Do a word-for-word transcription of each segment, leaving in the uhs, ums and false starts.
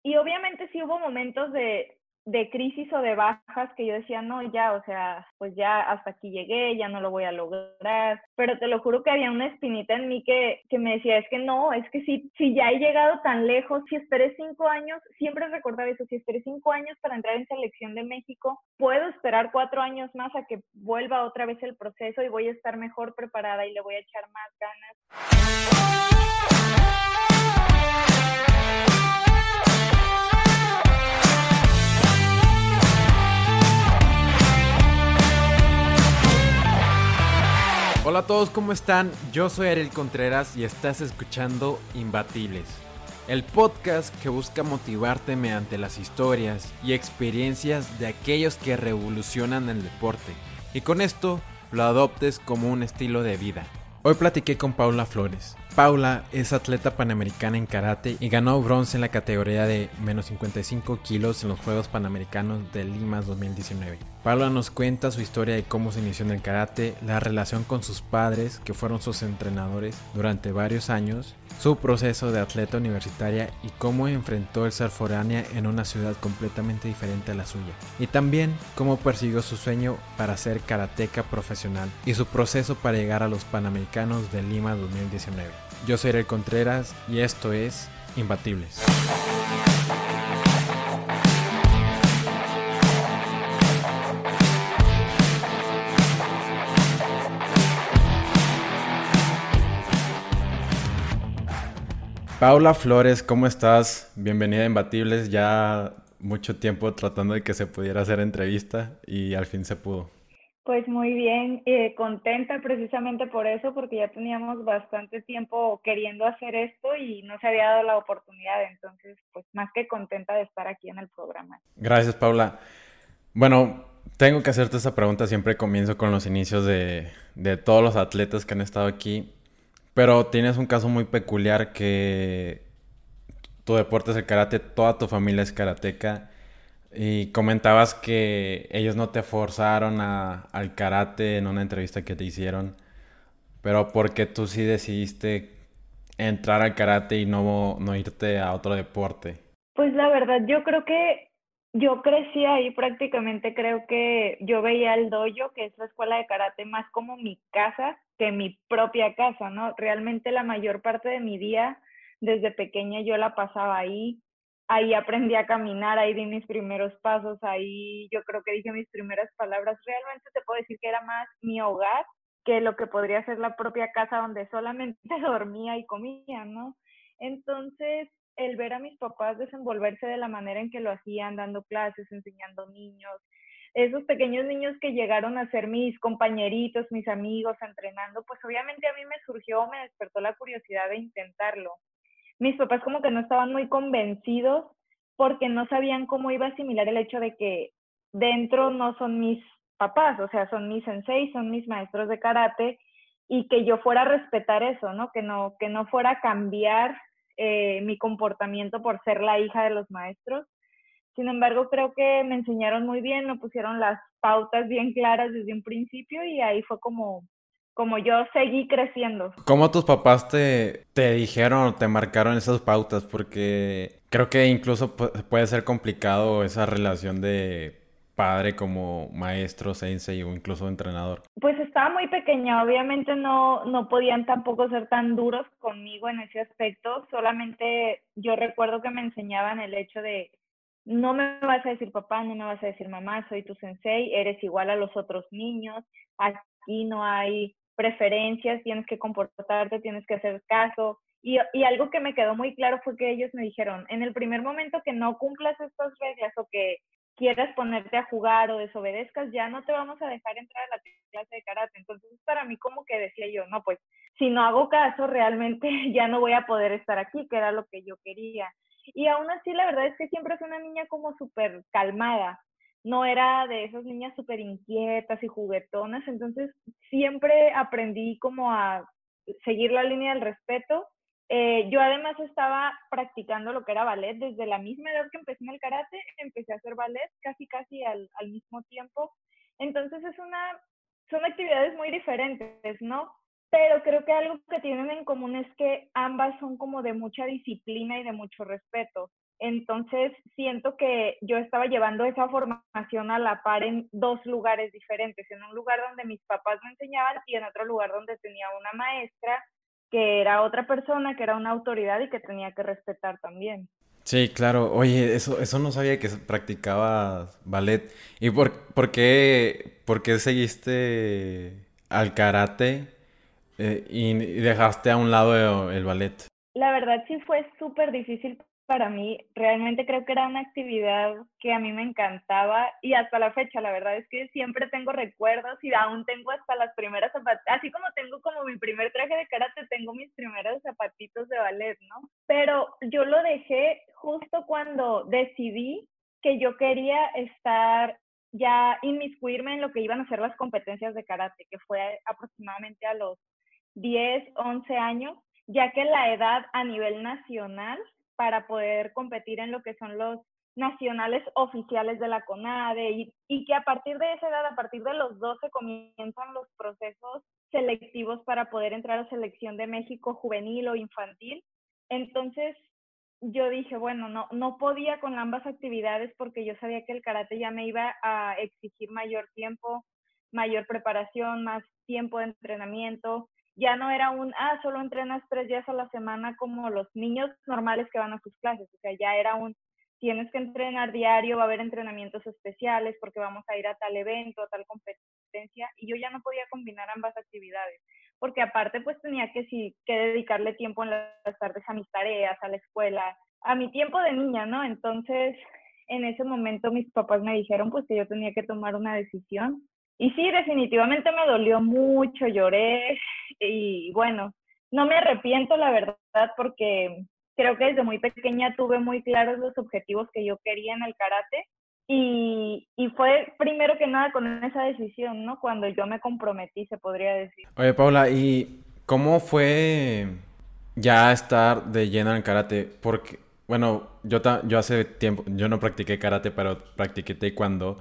y obviamente sí hubo momentos de, de crisis o de bajas que yo decía, no, ya, o sea, pues ya hasta aquí llegué, ya no lo voy a lograr, pero te lo juro que había una espinita en mí que, que me decía, es que no, es que si, si ya he llegado tan lejos, si esperé cinco años, siempre recordaba eso, si esperé cinco años para entrar en selección de México, puedo esperar cuatro años más a que vuelva otra vez el proceso y voy a estar mejor preparada y le voy a echar más ganas. Hola a todos, ¿cómo están? Yo soy Ariel Contreras y estás escuchando Imbatibles, el podcast que busca motivarte mediante las historias y experiencias de aquellos que revolucionan el deporte y con esto lo adoptes como un estilo de vida. Hoy platiqué con Paula Flores. Paula es atleta panamericana en karate y ganó bronce en la categoría de menos cincuenta y cinco kilos en los Juegos Panamericanos de Lima dos mil diecinueve. Paula nos cuenta su historia de cómo se inició en el karate, la relación con sus padres, que fueron sus entrenadores durante varios años, su proceso de atleta universitaria y cómo enfrentó el ser foránea en una ciudad completamente diferente a la suya. Y también cómo persiguió su sueño para ser karateca profesional y su proceso para llegar a los Panamericanos de Lima dos mil diecinueve. Yo soy Ariel Contreras y esto es Imbatibles. Paula Flores, ¿cómo estás? Bienvenida a Imbatibles. Ya mucho tiempo tratando de que se pudiera hacer entrevista y al fin se pudo. Pues muy bien, eh, contenta precisamente por eso, porque ya teníamos bastante tiempo queriendo hacer esto y no se había dado la oportunidad, entonces pues más que contenta de estar aquí en el programa. Gracias, Paula. Bueno, tengo que hacerte esa pregunta, siempre comienzo con los inicios de, de todos los atletas que han estado aquí, pero tienes un caso muy peculiar que tu deporte es el karate, toda tu familia es karateca. Y comentabas que ellos no te forzaron a, al karate en una entrevista que te hicieron, pero ¿por qué tú sí decidiste entrar al karate y no, no irte a otro deporte? Pues la verdad, yo creo que yo crecí ahí prácticamente, creo que yo veía el dojo, que es la escuela de karate, más como mi casa que mi propia casa, ¿no? Realmente la mayor parte de mi día, desde pequeña yo la pasaba ahí, ahí aprendí a caminar, ahí di mis primeros pasos, ahí yo creo que dije mis primeras palabras. Realmente te puedo decir que era más mi hogar que lo que podría ser la propia casa donde solamente dormía y comía, ¿no? Entonces, el ver a mis papás desenvolverse de la manera en que lo hacían, dando clases, enseñando niños, esos pequeños niños que llegaron a ser mis compañeritos, mis amigos, entrenando, pues obviamente a mí me surgió, me despertó la curiosidad de intentarlo. Mis papás como que no estaban muy convencidos porque no sabían cómo iba a asimilar el hecho de que dentro no son mis papás, o sea, son mis senseis, son mis maestros de karate, y que yo fuera a respetar eso, ¿no? Que no, que no fuera a cambiar eh, mi comportamiento por ser la hija de los maestros. Sin embargo, creo que me enseñaron muy bien, me pusieron las pautas bien claras desde un principio y ahí fue como, como yo seguí creciendo. ¿Cómo tus papás te, te dijeron o te marcaron esas pautas? Porque creo que incluso pu- puede ser complicado esa relación de padre como maestro, sensei o incluso entrenador. Pues estaba muy pequeña, obviamente no, no podían tampoco ser tan duros conmigo en ese aspecto, solamente yo recuerdo que me enseñaban el hecho de no me vas a decir papá, no me vas a decir mamá, soy tu sensei, eres igual a los otros niños, aquí no hay preferencias, tienes que comportarte, tienes que hacer caso. Y, y algo que me quedó muy claro fue que ellos me dijeron, en el primer momento que no cumplas estas reglas o que quieras ponerte a jugar o desobedezcas, ya no te vamos a dejar entrar a la clase de karate. Entonces, para mí como que decía yo, no, pues si no hago caso, realmente ya no voy a poder estar aquí, que era lo que yo quería. Y aún así, la verdad es que siempre fui una niña como súper calmada. No era de esas niñas súper inquietas y juguetonas. Entonces, siempre aprendí como a seguir la línea del respeto. Eh, yo además estaba practicando lo que era ballet desde la misma edad que empecé en el karate, empecé a hacer ballet casi casi al, al mismo tiempo. Entonces es una, son actividades muy diferentes, ¿no? Pero creo que algo que tienen en común es que ambas son como de mucha disciplina y de mucho respeto. Entonces, siento que yo estaba llevando esa formación a la par en dos lugares diferentes, en un lugar donde mis papás me enseñaban y en otro lugar donde tenía una maestra que era otra persona, que era una autoridad y que tenía que respetar también. Sí, claro. Oye, eso, eso no sabía que practicabas ballet. ¿Y por, por qué, por qué seguiste al karate eh, y, y dejaste a un lado el ballet? La verdad sí fue súper difícil para mí. Realmente creo que era una actividad que a mí me encantaba y hasta la fecha, la verdad es que siempre tengo recuerdos y aún tengo hasta las primeras zapatillas, así como tengo como mi primer traje de karate, tengo mis primeros zapatitos de ballet, ¿no? Pero yo lo dejé justo cuando decidí que yo quería estar ya inmiscuirme en lo que iban a ser las competencias de karate, que fue aproximadamente a los diez once años, ya que la edad a nivel nacional para poder competir en lo que son los nacionales oficiales de la CONADE y, y que a partir de esa edad, a partir de los doce, comienzan los procesos selectivos para poder entrar a selección de México juvenil o infantil. Entonces yo dije, bueno, no, no podía con ambas actividades porque yo sabía que el karate ya me iba a exigir mayor tiempo, mayor preparación, más tiempo de entrenamiento. Ya no era un, ah, solo entrenas tres días a la semana como los niños normales que van a sus clases. O sea, ya era un, tienes que entrenar diario, va a haber entrenamientos especiales porque vamos a ir a tal evento, a tal competencia. Y yo ya no podía combinar ambas actividades. Porque aparte, pues tenía que, sí, que dedicarle tiempo en las tardes a mis tareas, a la escuela, a mi tiempo de niña, ¿no? Entonces, en ese momento mis papás me dijeron, pues que yo tenía que tomar una decisión. Y sí, definitivamente me dolió mucho, lloré y bueno, no me arrepiento la verdad porque creo que desde muy pequeña tuve muy claros los objetivos que yo quería en el karate y, y fue primero que nada con esa decisión, ¿no? Cuando yo me comprometí, se podría decir. Oye, Paula, ¿y cómo fue ya estar de lleno en el karate? Porque, bueno, yo, ta- yo hace tiempo, yo no practiqué karate, pero practiqué taekwondo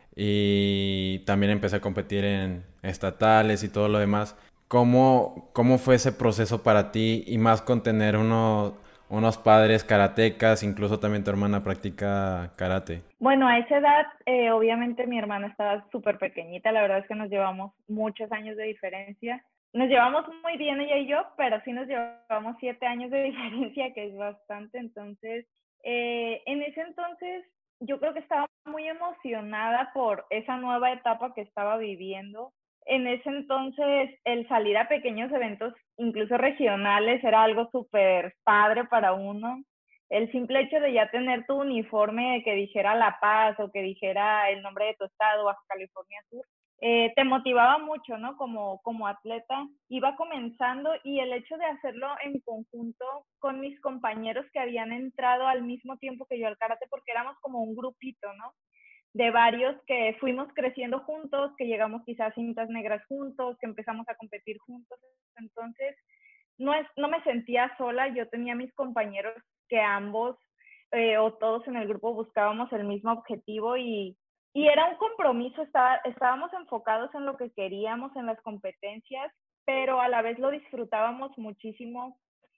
y también empecé a competir en estatales y todo lo demás. ¿Cómo, cómo fue ese proceso para ti y más con tener uno- unos padres karatecas, incluso también tu hermana practica karate? Bueno, a esa edad, eh, obviamente mi hermana estaba súper pequeñita, la verdad es que nos llevamos muchos años de diferencia. Nos llevamos muy bien ella y yo, pero sí nos llevamos siete años de diferencia, que es bastante. Entonces, eh, en ese entonces, yo creo que estaba muy emocionada por esa nueva etapa que estaba viviendo. En ese entonces, el salir a pequeños eventos, incluso regionales, era algo súper padre para uno. El simple hecho de ya tener tu uniforme que dijera La Paz o que dijera el nombre de tu estado, Baja California Sur, eh, te motivaba mucho, ¿no? Como, como atleta, iba comenzando y el hecho de hacerlo en conjunto con mis compañeros que habían entrado al mismo tiempo que yo al karate, porque éramos como un grupito, ¿no? De varios que fuimos creciendo juntos, que llegamos quizás a cintas negras juntos, que empezamos a competir juntos. Entonces, no, es, no me sentía sola, yo tenía mis compañeros que ambos eh, o todos en el grupo buscábamos el mismo objetivo y, y era un compromiso, estaba, estábamos enfocados en lo que queríamos en las competencias, pero a la vez lo disfrutábamos muchísimo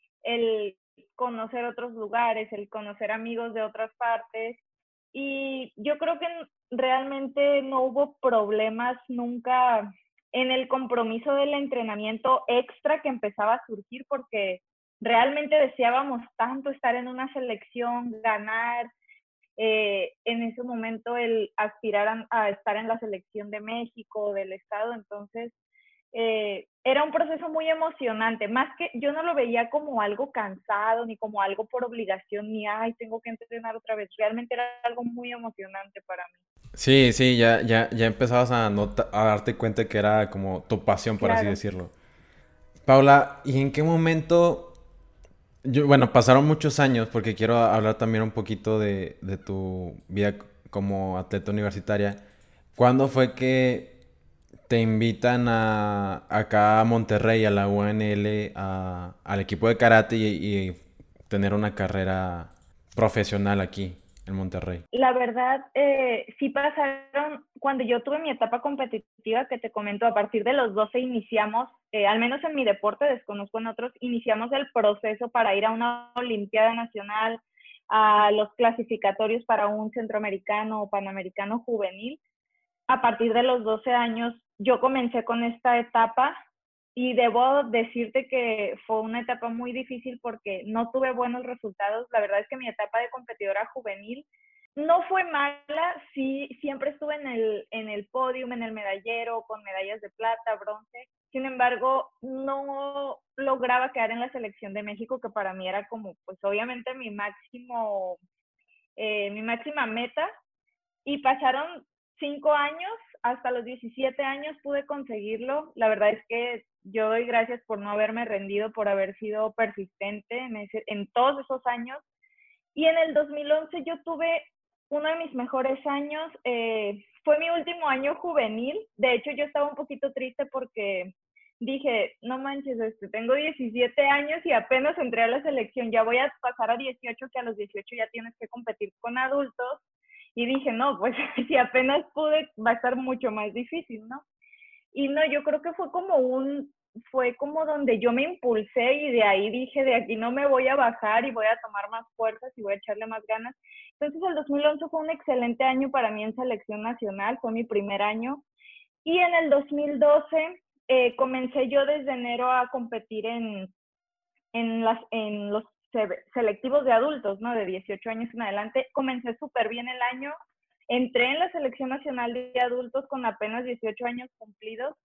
el conocer otros lugares, el conocer amigos de otras partes. Y yo creo que realmente no hubo problemas nunca en el compromiso del entrenamiento extra que empezaba a surgir porque realmente deseábamos tanto estar en una selección, ganar, eh, en ese momento el aspirar a, a, estar en la selección de México, del estado. Entonces eh, era un proceso muy emocionante, más que yo no lo veía como algo cansado, ni como algo por obligación, ni, ay, tengo que entrenar otra vez, realmente era algo muy emocionante para mí. Sí, sí, ya, ya, ya empezabas a, nota- a darte cuenta que era como tu pasión, por así Claro. decirlo. Paula, ¿y en qué momento? Yo, bueno, pasaron muchos años porque quiero hablar también un poquito de, de tu vida c- como atleta universitaria. ¿Cuándo fue que te invitan a, acá a Monterrey, a la U N L, a- al equipo de karate y, y tener una carrera profesional aquí en Monterrey? La verdad, eh, sí pasaron, cuando yo tuve mi etapa competitiva, que te comento, a partir de los doce iniciamos, eh, al menos en mi deporte, desconozco en otros, iniciamos el proceso para ir a una Olimpiada Nacional, a los clasificatorios para un centroamericano o panamericano juvenil. A partir de los doce años, yo comencé con esta etapa y debo decirte que fue una etapa muy difícil porque no tuve buenos resultados. La verdad es que mi etapa de competidora juvenil no fue mala, sí, siempre estuve en el, en el podium, en el medallero, con medallas de plata, bronce. Sin embargo, no lograba quedar en la selección de México, que para mí era como, pues obviamente mi máximo, eh, mi máxima meta. Y pasaron cinco años, hasta los diecisiete años pude conseguirlo. La verdad es que yo doy gracias por no haberme rendido, por haber sido persistente en, ese, en todos esos años. Y en el dos mil once yo tuve uno de mis mejores años. Eh, fue mi último año juvenil. De hecho, yo estaba un poquito triste porque dije, no manches, este, tengo diecisiete años y apenas entré a la selección. Ya voy a pasar a dieciocho, que a los dieciocho ya tienes que competir con adultos. Y dije, no, pues si apenas pude, va a estar mucho más difícil, ¿no? Y no, yo creo que fue como un, fue como donde yo me impulsé y de ahí dije, de aquí no me voy a bajar y voy a tomar más fuerzas y voy a echarle más ganas. Entonces el dos mil once fue un excelente año para mí en selección nacional, fue mi primer año. Y en el dos mil doce eh, comencé yo desde enero a competir en, en, las, en los selectivos de adultos, ¿no? De dieciocho años en adelante. Comencé súper bien el año. Entré en la selección nacional de adultos con apenas dieciocho años cumplidos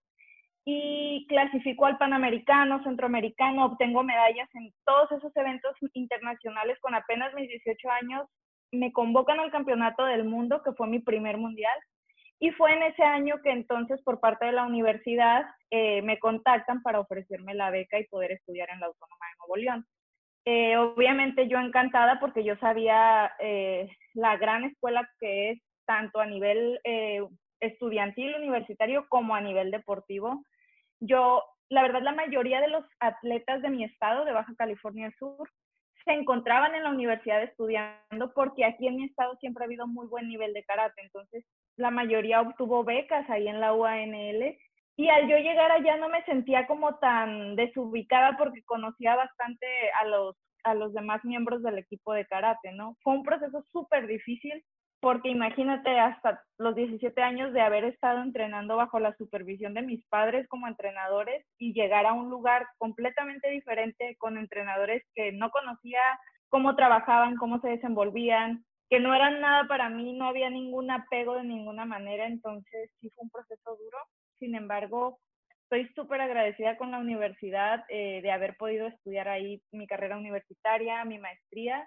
y clasifico al Panamericano, Centroamericano, obtengo medallas en todos esos eventos internacionales con apenas mis dieciocho años. Me convocan al Campeonato del Mundo, que fue mi primer mundial. Y fue en ese año que entonces por parte de la universidad eh, me contactan para ofrecerme la beca y poder estudiar en la Autónoma de Nuevo León. Eh, obviamente yo encantada porque yo sabía eh, la gran escuela que es tanto a nivel eh, estudiantil, universitario, como a nivel deportivo. Yo, la verdad, la mayoría de los atletas de mi estado, de Baja California Sur, se encontraban en la universidad estudiando porque aquí en mi estado siempre ha habido muy buen nivel de karate. Entonces, la mayoría obtuvo becas ahí en la U A N L. Y al yo llegar allá no me sentía como tan desubicada porque conocía bastante a los, a los demás miembros del equipo de karate, ¿no? Fue un proceso súper difícil porque imagínate hasta los diecisiete años de haber estado entrenando bajo la supervisión de mis padres como entrenadores y llegar a un lugar completamente diferente con entrenadores que no conocía cómo trabajaban, cómo se desenvolvían, que no eran nada para mí, no había ningún apego de ninguna manera. Entonces sí fue un proceso duro. Sin embargo, estoy súper agradecida con la universidad eh, de haber podido estudiar ahí mi carrera universitaria, mi maestría.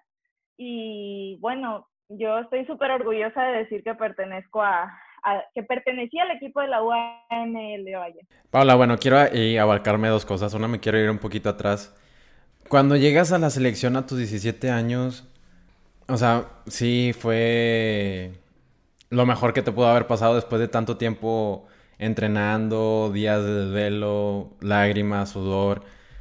Y bueno, yo estoy súper orgullosa de decir que pertenezco a, a, que pertenecía al equipo de la U A N L Valle. Paula, bueno, quiero eh, abarcarme dos cosas. Una, me quiero ir un poquito atrás. Cuando llegas a la selección a tus diecisiete años, o sea, sí fue lo mejor que te pudo haber pasado después de tanto tiempo entrenando, días de desvelo, lágrimas, sudor.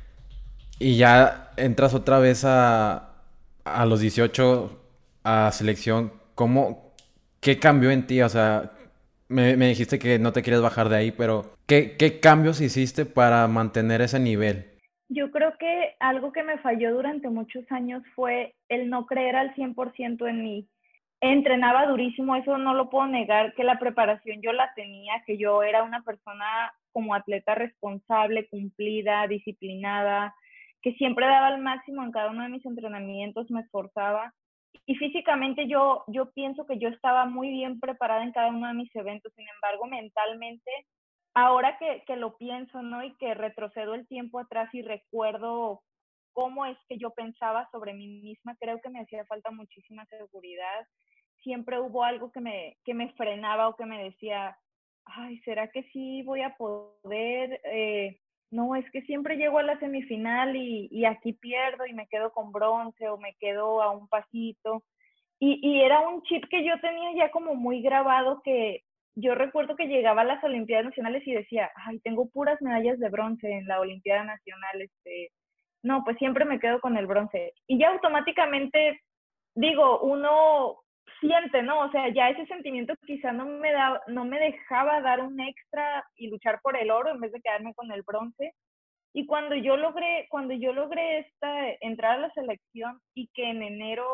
Y ya entras otra vez a, a los dieciocho a selección. ¿Cómo, qué cambió en ti? O sea, me, me dijiste que no te quieres bajar de ahí, pero ¿qué, qué cambios hiciste para mantener ese nivel? Yo creo que algo que me falló durante muchos años fue el no creer al cien por ciento en mí. Entrenaba durísimo, eso no lo puedo negar, que la preparación yo la tenía, que yo era una persona como atleta responsable, cumplida, disciplinada, que siempre daba el máximo en cada uno de mis entrenamientos, me esforzaba. Y físicamente yo, yo pienso que yo estaba muy bien preparada en cada uno de mis eventos. Sin embargo, mentalmente, ahora que, que lo pienso, ¿no? Y que retrocedo el tiempo atrás y recuerdo cómo es que yo pensaba sobre mí misma, creo que me hacía falta muchísima seguridad. Siempre hubo algo que me, que me frenaba o que me decía, ay, ¿será que sí voy a poder? Eh, no, es que siempre llego a la semifinal y, y aquí pierdo y me quedo con bronce o me quedo a un pasito. Y, y era un chip que yo tenía ya como muy grabado, que yo recuerdo que llegaba a las Olimpiadas Nacionales y decía, ay, tengo puras medallas de bronce en la Olimpiada Nacional, este, no, pues siempre me quedo con el bronce. Y ya automáticamente, digo, uno siente, ¿no? O sea, ya ese sentimiento quizá no me, da, no me dejaba dar un extra y luchar por el oro en vez de quedarme con el bronce. Y cuando yo logré, cuando yo logré esta, entrar a la selección y que en enero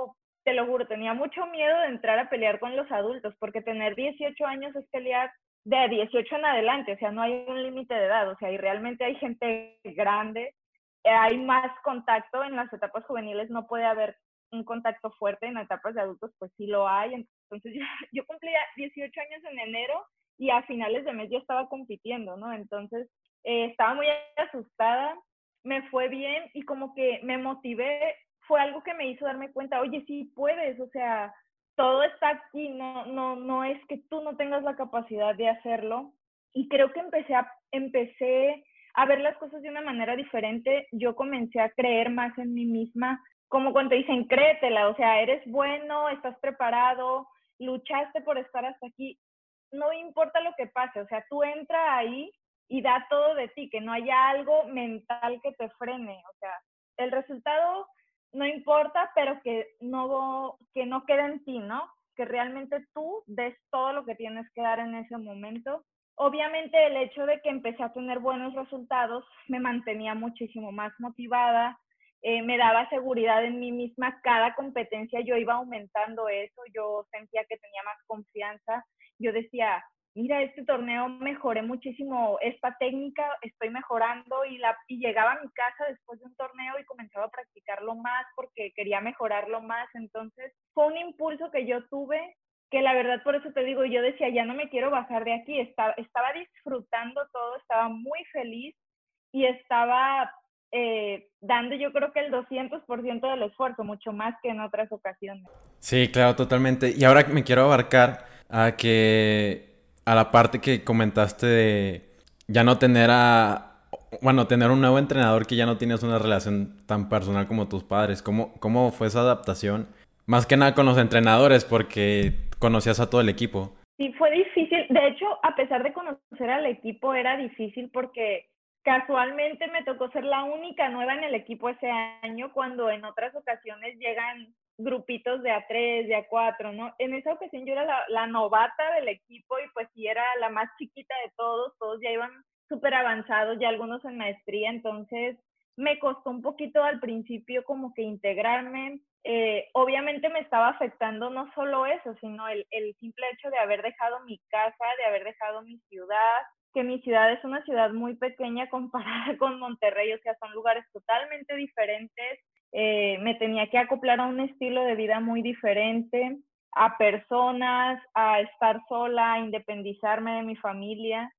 te lo juro, tenía mucho miedo de entrar a pelear con los adultos, porque tener dieciocho años es pelear de dieciocho en adelante, o sea, no hay un límite de edad, o sea, y realmente hay gente grande, hay más contacto en las etapas juveniles, no puede haber un contacto fuerte, en etapas de adultos pues sí lo hay. Entonces yo, yo cumplía dieciocho años en enero y a finales de mes ya estaba compitiendo, ¿no? Entonces eh, estaba muy asustada, me fue bien y como que me motivé, fue algo que me hizo darme cuenta, oye, sí puedes, o sea, todo está aquí, no, no, no es que tú no tengas la capacidad de hacerlo. Y creo que empecé a, empecé a ver las cosas de una manera diferente. Yo comencé a creer más en mí misma, como cuando te dicen, créetela, o sea, eres bueno, estás preparado, luchaste por estar hasta aquí, no importa lo que pase, o sea, tú entra ahí y da todo de ti, que no haya algo mental que te frene, o sea, el resultado no importa, pero que no, que no quede en ti, ¿no? Que realmente tú des todo lo que tienes que dar en ese momento. Obviamente el hecho de que empecé a tener buenos resultados me mantenía muchísimo más motivada, eh, me daba seguridad en mí misma, cada competencia yo iba aumentando eso, yo sentía que tenía más confianza, yo decía, mira, este torneo mejoré muchísimo esta técnica, estoy mejorando y, la, y llegaba a mi casa después de un torneo y comenzaba a practicarlo más porque quería mejorarlo más. Entonces fue un impulso que yo tuve que la verdad por eso te digo, yo decía, ya no me quiero bajar de aquí, estaba, estaba disfrutando todo, estaba muy feliz y estaba eh, dando yo creo que el doscientos por ciento del esfuerzo, mucho más que en otras ocasiones. Sí, claro, totalmente. Y ahora me quiero abarcar a que a la parte que comentaste de ya no tener a, bueno, tener un nuevo entrenador que ya no tienes una relación tan personal como tus padres. ¿Cómo, cómo fue esa adaptación? Más que nada con los entrenadores, porque conocías a todo el equipo. Sí, fue difícil. De hecho, a pesar de conocer al equipo, era difícil porque casualmente me tocó ser la única nueva en el equipo ese año, cuando en otras ocasiones llegan grupitos de a tres, de a cuatro, ¿no? En esa ocasión yo era la, la novata del equipo y pues sí era la más chiquita de todos, todos ya iban súper avanzados, ya algunos en maestría, entonces me costó un poquito al principio como que integrarme. Eh, obviamente me estaba afectando no solo eso, sino el, el simple hecho de haber dejado mi casa, de haber dejado mi ciudad, que mi ciudad es una ciudad muy pequeña comparada con Monterrey, o sea, son lugares totalmente diferentes. Eh, me tenía que acoplar a un estilo de vida muy diferente, a personas, a estar sola, a independizarme de mi familia.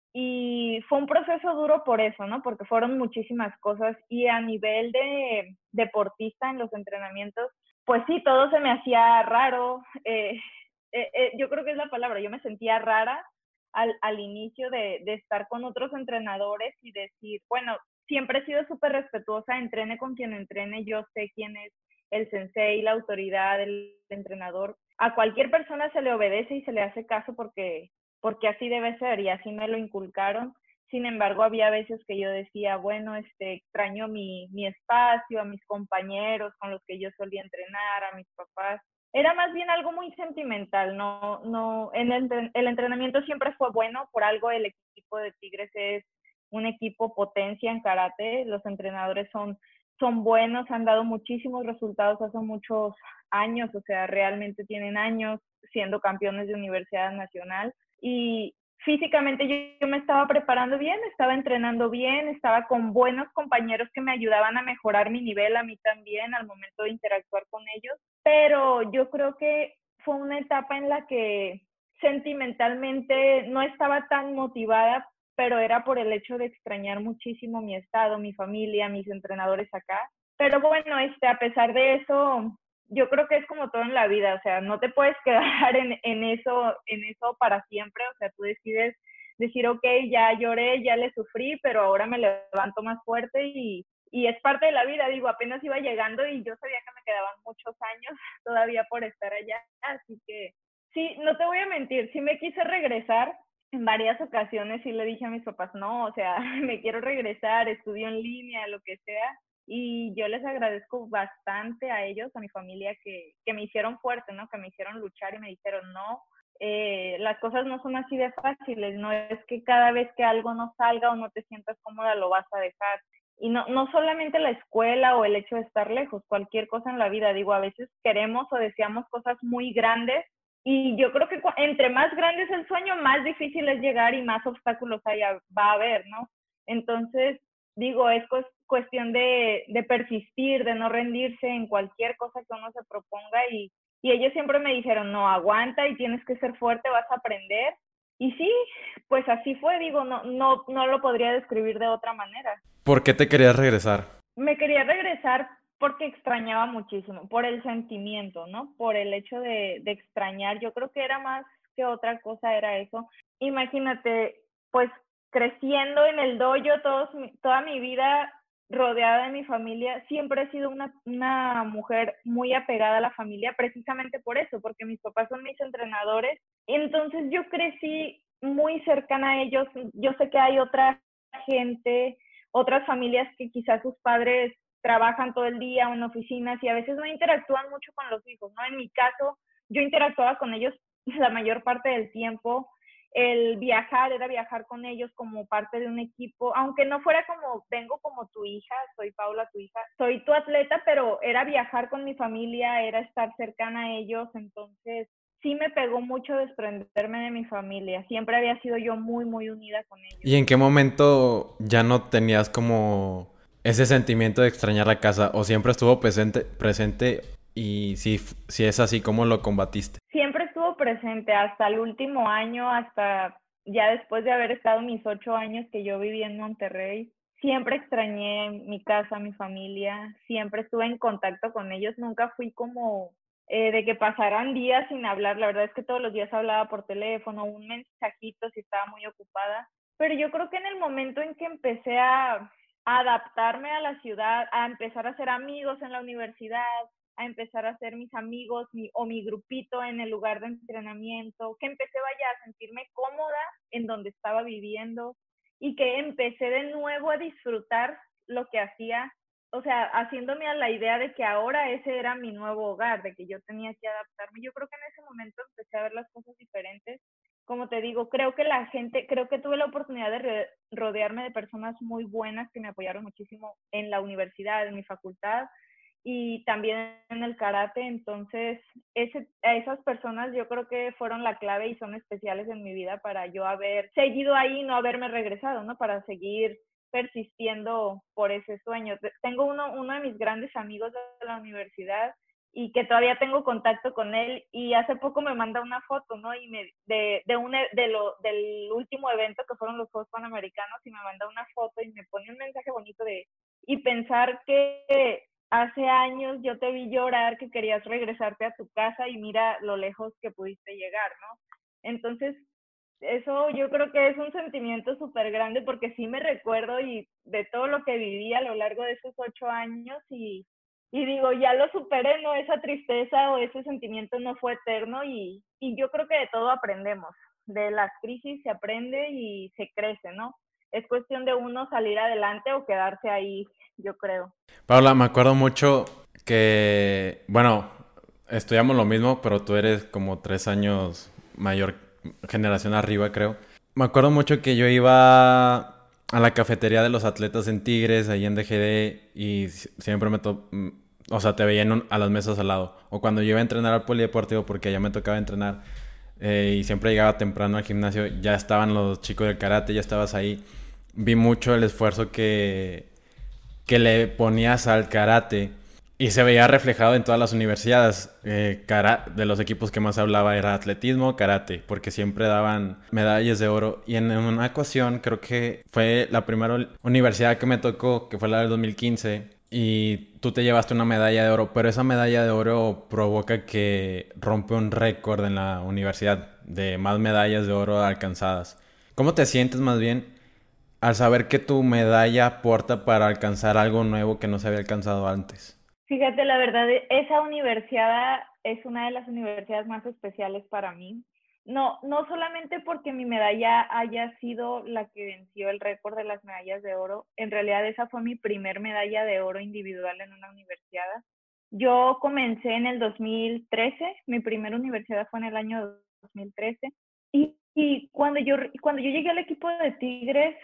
Y fue un proceso duro por eso, ¿no? Porque fueron muchísimas cosas y a nivel de deportista en los entrenamientos, pues sí, todo se me hacía raro. Eh, eh, eh, yo creo que es la palabra, yo me sentía rara al, al inicio de, de estar con otros entrenadores y decir, bueno, siempre he sido súper respetuosa, entrene con quien entrene, yo sé quién es el sensei, la autoridad, el entrenador. A cualquier persona se le obedece y se le hace caso porque porque así debe ser y así me lo inculcaron. Sin embargo, había veces que yo decía, bueno, este, extraño mi, mi espacio, a mis compañeros con los que yo solía entrenar, a mis papás. Era más bien algo muy sentimental, no, no, en el, el entrenamiento siempre fue bueno, por algo el equipo de Tigres es un equipo potencia en karate, los entrenadores son, son buenos, han dado muchísimos resultados hace muchos años, o sea, realmente tienen años siendo campeones de Universidad Nacional y físicamente yo, yo, me estaba preparando bien, estaba entrenando bien, estaba con buenos compañeros que me ayudaban a mejorar mi nivel, a mí también, al momento de interactuar con ellos, pero yo creo que fue una etapa en la que sentimentalmente no estaba tan motivada, pero era por el hecho de extrañar muchísimo mi estado, mi familia, mis entrenadores acá. Pero bueno, este, a pesar de eso, yo creo que es como todo en la vida, o sea, no te puedes quedar en, en, eso, en eso para siempre, o sea, tú decides decir, ok, ya lloré, ya le sufrí, pero ahora me levanto más fuerte y, y es parte de la vida, digo, apenas iba llegando y yo sabía que me quedaban muchos años todavía por estar allá, así que sí, no te voy a mentir, sí me quise regresar en varias ocasiones, sí le dije a mis papás, no, o sea, me quiero regresar, estudio en línea, lo que sea, y yo les agradezco bastante a ellos, a mi familia, que, que me hicieron fuerte, ¿no? Que me hicieron luchar y me dijeron, no, eh, las cosas no son así de fáciles, no es que cada vez que algo no salga o no te sientas cómoda lo vas a dejar. Y no, no solamente la escuela o el hecho de estar lejos, cualquier cosa en la vida. Digo, a veces queremos o deseamos cosas muy grandes y yo creo que entre más grande es el sueño, más difícil es llegar y más obstáculos haya, va a haber, ¿no? Entonces, digo, es cuestión de, de persistir, de no rendirse en cualquier cosa que uno se proponga y, y ellos siempre me dijeron, no, aguanta y tienes que ser fuerte, vas a aprender. Y sí, pues así fue, digo, no, no, no lo podría describir de otra manera. ¿Por qué te querías regresar? Me quería regresar porque extrañaba muchísimo, por el sentimiento, ¿no? Por el hecho de, de extrañar. Yo creo que era más que otra cosa, era eso. Imagínate, pues creciendo en el dojo todos, toda mi vida rodeada de mi familia, siempre he sido una, una mujer muy apegada a la familia, precisamente por eso, porque mis papás son mis entrenadores. Entonces yo crecí muy cercana a ellos. Yo sé que hay otra gente, otras familias que quizás sus padres trabajan todo el día en oficinas y a veces no interactúan mucho con los hijos, ¿no? En mi caso, yo interactuaba con ellos la mayor parte del tiempo. El viajar era viajar con ellos como parte de un equipo, aunque no fuera como, vengo como tu hija, soy Paula, tu hija, soy tu atleta, pero era viajar con mi familia, era estar cercana a ellos, entonces sí me pegó mucho desprenderme de mi familia. Siempre había sido yo muy, muy unida con ellos. ¿Y en qué momento ya no tenías como ese sentimiento de extrañar la casa? ¿O siempre estuvo presente, presente y si, si es así, cómo lo combatiste? Siempre estuvo presente hasta el último año, hasta ya después de haber estado mis ocho años que yo viví en Monterrey. Siempre extrañé mi casa, mi familia, siempre estuve en contacto con ellos, nunca fui como eh, de que pasaran días sin hablar. La verdad es que todos los días hablaba por teléfono, un mensajito si estaba muy ocupada. Pero yo creo que en el momento en que empecé a, a adaptarme a la ciudad, a empezar a hacer amigos en la universidad, a empezar a hacer mis amigos mi, o mi grupito en el lugar de entrenamiento, que empecé vaya a sentirme cómoda en donde estaba viviendo y que empecé de nuevo a disfrutar lo que hacía, o sea, haciéndome a la idea de que ahora ese era mi nuevo hogar, de que yo tenía que adaptarme. Yo creo que en ese momento empecé a ver las cosas diferentes. Como te digo, creo que la gente, creo que tuve la oportunidad de rodearme de personas muy buenas que me apoyaron muchísimo en la universidad, en mi facultad y también en el karate. Entonces ese, a esas personas yo creo que fueron la clave y son especiales en mi vida para yo haber seguido ahí y no haberme regresado, ¿no? Para seguir persistiendo por ese sueño. Tengo uno, uno de mis grandes amigos de la universidad y que todavía tengo contacto con él y hace poco me manda una foto, ¿no? Y me, de, de, un, de lo, del último evento que fueron los Juegos Panamericanos y me manda una foto y me pone un mensaje bonito de, y pensar que hace años yo te vi llorar que querías regresarte a tu casa y mira lo lejos que pudiste llegar, ¿no? Entonces, eso yo creo que es un sentimiento súper grande porque sí me recuerdo y de todo lo que viví a lo largo de esos ocho años y, y digo, ya lo superé, ¿no? Esa tristeza o ese sentimiento no fue eterno y, y yo creo que de todo aprendemos. De las crisis se aprende y se crece, ¿no? Es cuestión de uno salir adelante o quedarse ahí, yo creo. Paula, me acuerdo mucho que, bueno, estudiamos lo mismo, pero tú eres como tres años mayor generación arriba, creo. Me acuerdo mucho que yo iba a la cafetería de los atletas en Tigres, ahí en D G D, y siempre me to o sea, te veían un, a las mesas al lado. O cuando yo iba a entrenar al polideportivo, porque allá me tocaba entrenar, eh, y siempre llegaba temprano al gimnasio, ya estaban los chicos del karate, ya estabas ahí. Vi mucho el esfuerzo que, que le ponías al karate y se veía reflejado en todas las universidades. Eh, cara de los equipos que más hablaba era atletismo, karate, porque siempre daban medallas de oro. Y en una ocasión, creo que fue la primera universidad que me tocó, que fue la del dos mil quince, y tú te llevaste una medalla de oro, pero esa medalla de oro provoca que rompe un récord en la universidad de más medallas de oro alcanzadas. ¿Cómo te sientes más bien al saber que tu medalla aporta para alcanzar algo nuevo que no se había alcanzado antes? Fíjate, la verdad, esa universidad es una de las universidades más especiales para mí. No, no solamente porque mi medalla haya sido la que venció el récord de las medallas de oro, en realidad esa fue mi primer medalla de oro individual en una universidad. Yo comencé en el dos mil trece, mi primera universidad fue en el año dos mil trece, y, y cuando, yo, cuando yo llegué al equipo de Tigres,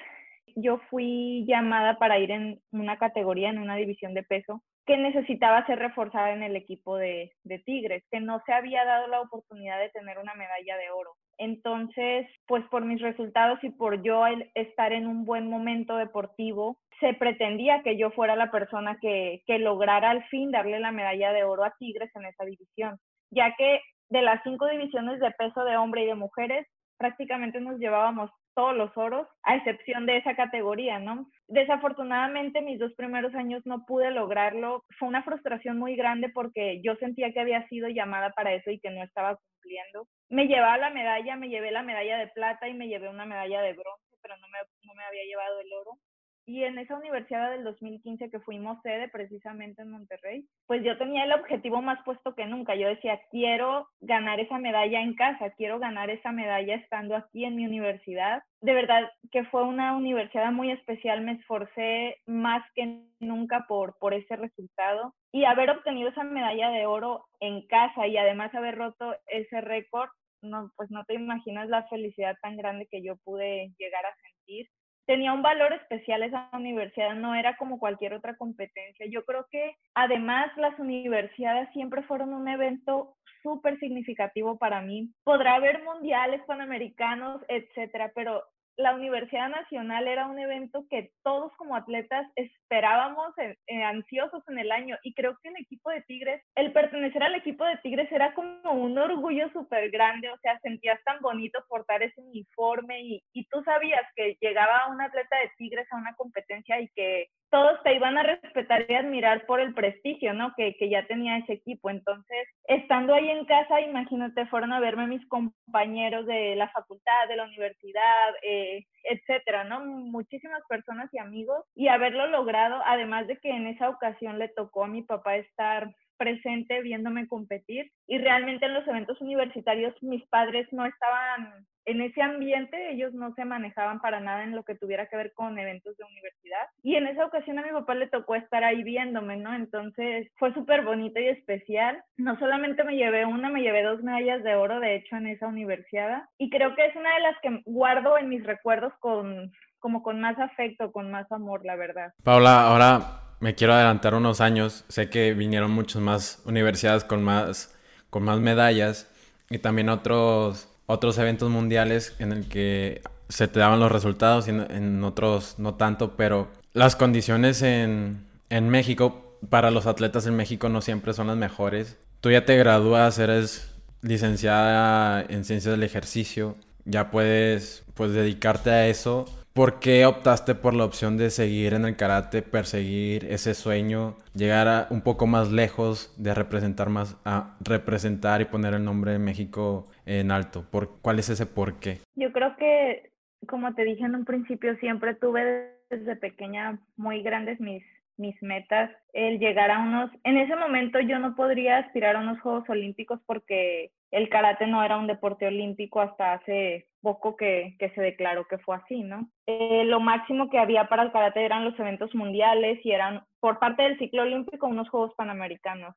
yo fui llamada para ir en una categoría, en una división de peso, que necesitaba ser reforzada en el equipo de, de Tigres, que no se había dado la oportunidad de tener una medalla de oro. Entonces, pues por mis resultados y por yo estar en un buen momento deportivo, se pretendía que yo fuera la persona que, que lograra al fin darle la medalla de oro a Tigres en esa división, ya que de las cinco divisiones de peso de hombre y de mujeres, prácticamente nos llevábamos todos los oros, a excepción de esa categoría, ¿no? Desafortunadamente, mis dos primeros años no pude lograrlo. Fue una frustración muy grande porque yo sentía que había sido llamada para eso y que no estaba cumpliendo. Me llevaba la medalla, me llevé la medalla de plata y me llevé una medalla de bronce, pero no me, no me había llevado el oro. Y en esa universidad del dos mil quince que fuimos sede precisamente en Monterrey, pues yo tenía el objetivo más puesto que nunca. Yo decía, quiero ganar esa medalla en casa, quiero ganar esa medalla estando aquí en mi universidad. De verdad que fue una universidad muy especial, me esforcé más que nunca por, por ese resultado. Y haber obtenido esa medalla de oro en casa y además haber roto ese récord, no, pues no te imaginas la felicidad tan grande que yo pude llegar a sentir. Tenía un valor especial esa universidad, no era como cualquier otra competencia. Yo creo que además las universidades siempre fueron un evento súper significativo para mí. Podrá haber mundiales, panamericanos, etcétera, pero la Universidad Nacional era un evento que todos como atletas esperábamos eh, eh, ansiosos en el año, y creo que el equipo de Tigres, el pertenecer al equipo de Tigres era como un orgullo súper grande, o sea, sentías tan bonito portar ese uniforme y, y tú sabías que llegaba un atleta de Tigres a una competencia y que todos te iban a respetar y admirar por el prestigio, ¿no? Que, que ya tenía ese equipo. Entonces, estando ahí en casa, imagínate, fueron a verme mis compañeros de la facultad, de la universidad, eh, etcétera, ¿no? Muchísimas personas y amigos, y haberlo logrado, además de que en esa ocasión le tocó a mi papá estar presente viéndome competir, y realmente en los eventos universitarios mis padres no estaban en ese ambiente, ellos no se manejaban para nada en lo que tuviera que ver con eventos de universidad, y en esa ocasión a mi papá le tocó estar ahí viéndome, ¿no? Entonces fue súper bonito y especial. No solamente me llevé una, me llevé dos medallas de oro, de hecho, en esa universidad, y creo que es una de las que guardo en mis recuerdos con, como con más afecto, con más amor, la verdad. Paula, ahora me quiero adelantar unos años. Sé que vinieron muchas más universidades con más, con más medallas y también otros, otros eventos mundiales en el que se te daban los resultados y en, en otros no tanto, pero las condiciones en, en México, para los atletas en México no siempre son las mejores. Tú ya te gradúas, eres licenciada en Ciencias del Ejercicio, ya puedes pues dedicarte a eso. ¿Por qué optaste por la opción de seguir en el karate, perseguir ese sueño, llegar a un poco más lejos, de representar más, a representar y poner el nombre de México en alto? ¿Por, ¿Cuál es ese por qué? Yo creo que, como te dije en un principio, siempre tuve desde pequeña muy grandes mis mis metas, el llegar a unos, en ese momento yo no podría aspirar a unos Juegos Olímpicos porque el karate no era un deporte olímpico hasta hace poco que, que se declaró que fue así, ¿no? Eh, lo máximo que había para el karate eran los eventos mundiales y eran por parte del ciclo olímpico unos Juegos Panamericanos.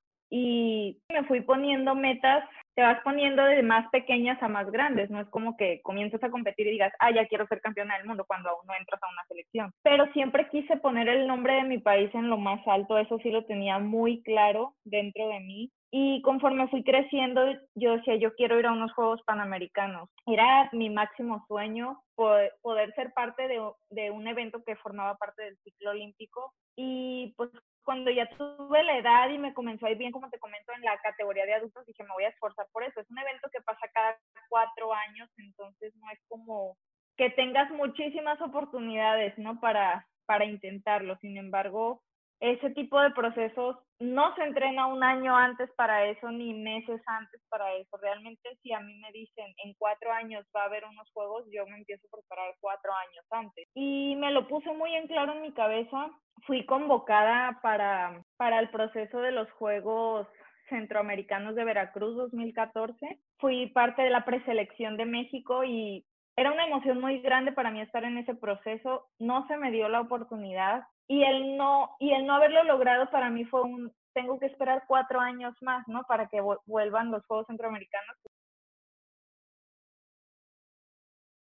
Y me fui poniendo metas, te vas poniendo de más pequeñas a más grandes, no es como que comienzas a competir y digas, ah, ya quiero ser campeona del mundo cuando aún no entras a una selección. Pero siempre quise poner el nombre de mi país en lo más alto, eso sí lo tenía muy claro dentro de mí. Y conforme fui creciendo, yo decía, yo quiero ir a unos Juegos Panamericanos. Era mi máximo sueño poder, poder ser parte de, de un evento que formaba parte del ciclo olímpico. Y pues cuando ya tuve la edad y me comenzó a ir bien, como te comento, en la categoría de adultos, dije, me voy a esforzar por eso. Es un evento que pasa cada cuatro años, entonces no es como que tengas muchísimas oportunidades, ¿no? Para, para intentarlo. Sin embargo, ese tipo de procesos no se entrena un año antes para eso, ni meses antes para eso. Realmente, si a mí me dicen en cuatro años va a haber unos juegos, yo me empiezo a preparar cuatro años antes. Y me lo puse muy en claro en mi cabeza. Fui convocada para, para el proceso de los Juegos Centroamericanos de Veracruz dos mil catorce. Fui parte de la preselección de México y era una emoción muy grande para mí estar en ese proceso. No se me dio la oportunidad y el no, y el no haberlo logrado para mí fue un, tengo que esperar cuatro años más, ¿no? Para que vuelvan los Juegos Centroamericanos.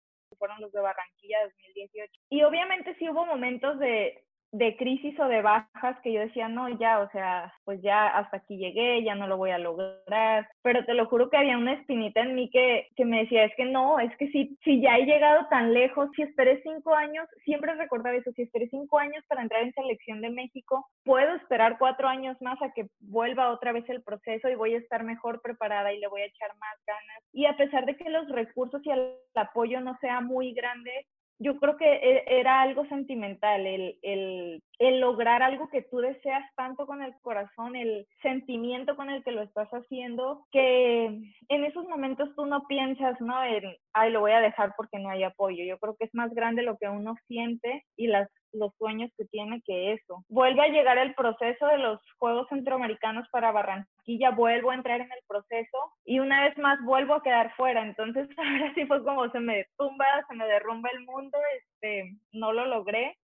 fueron los de Barranquilla dos mil dieciocho. Y obviamente sí hubo momentos de, de crisis o de bajas que yo decía, no, ya, o sea, pues ya hasta aquí llegué, ya no lo voy a lograr, pero te lo juro que había una espinita en mí que, que me decía, es que no, es que si, si ya he llegado tan lejos, si esperé cinco años, siempre recordaba eso, si esperé cinco años para entrar en selección de México, puedo esperar cuatro años más a que vuelva otra vez el proceso y voy a estar mejor preparada y le voy a echar más ganas. Y a pesar de que los recursos y el apoyo no sea muy grande, yo creo que era algo sentimental, el, el, el lograr algo que tú deseas tanto con el corazón, el sentimiento con el que lo estás haciendo, que en esos momentos tú no piensas, ¿no? En, ay, lo voy a dejar porque no hay apoyo. Yo creo que es más grande lo que uno siente y las los sueños que tiene que eso. Vuelve a llegar el proceso de los Juegos Centroamericanos para Barranquilla, vuelvo a entrar en el proceso y una vez más vuelvo a quedar fuera. Entonces ahora sí fue como se me tumba, se me derrumba el mundo, este, no lo logré.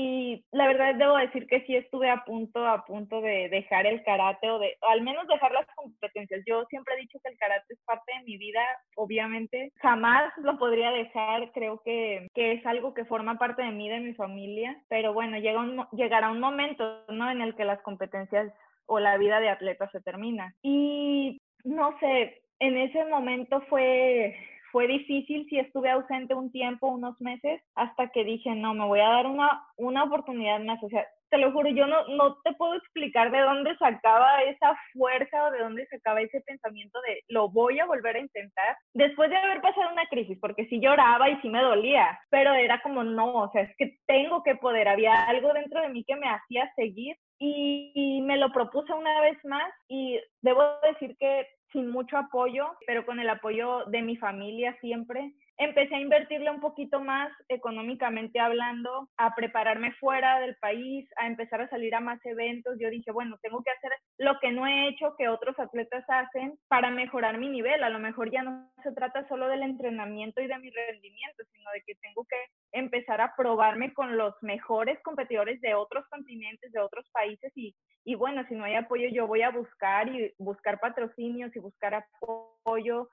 Y la verdad debo decir que sí estuve a punto, a punto de dejar el karate o de, o al menos dejar las competencias. Yo siempre he dicho que el karate es parte de mi vida, obviamente. Jamás lo podría dejar, creo que, que es algo que forma parte de mí, de mi familia. Pero bueno, llega un, llegará un momento, ¿no? En el que las competencias o la vida de atleta se termina. Y no sé, en ese momento fue... Fue difícil, sí estuve ausente un tiempo, unos meses, hasta que dije, no, me voy a dar una, una oportunidad más. O sea, te lo juro, yo no, no te puedo explicar de dónde sacaba esa fuerza o de dónde sacaba ese pensamiento de lo voy a volver a intentar después de haber pasado una crisis, porque sí lloraba y sí me dolía, pero era como no, o sea, es que tengo que poder, había algo dentro de mí que me hacía seguir y, y me lo propuse una vez más y debo decir que sin mucho apoyo, pero con el apoyo de mi familia siempre, empecé a invertirle un poquito más económicamente hablando, a prepararme fuera del país, a empezar a salir a más eventos. Yo dije, bueno, tengo que hacer lo que no he hecho, que otros atletas hacen para mejorar mi nivel. A lo mejor ya no se trata solo del entrenamiento y de mi rendimiento, sino de que tengo que empezar a probarme con los mejores competidores de otros continentes, de otros países y, y bueno, si no hay apoyo yo voy a buscar y buscar patrocinios y buscar apoyo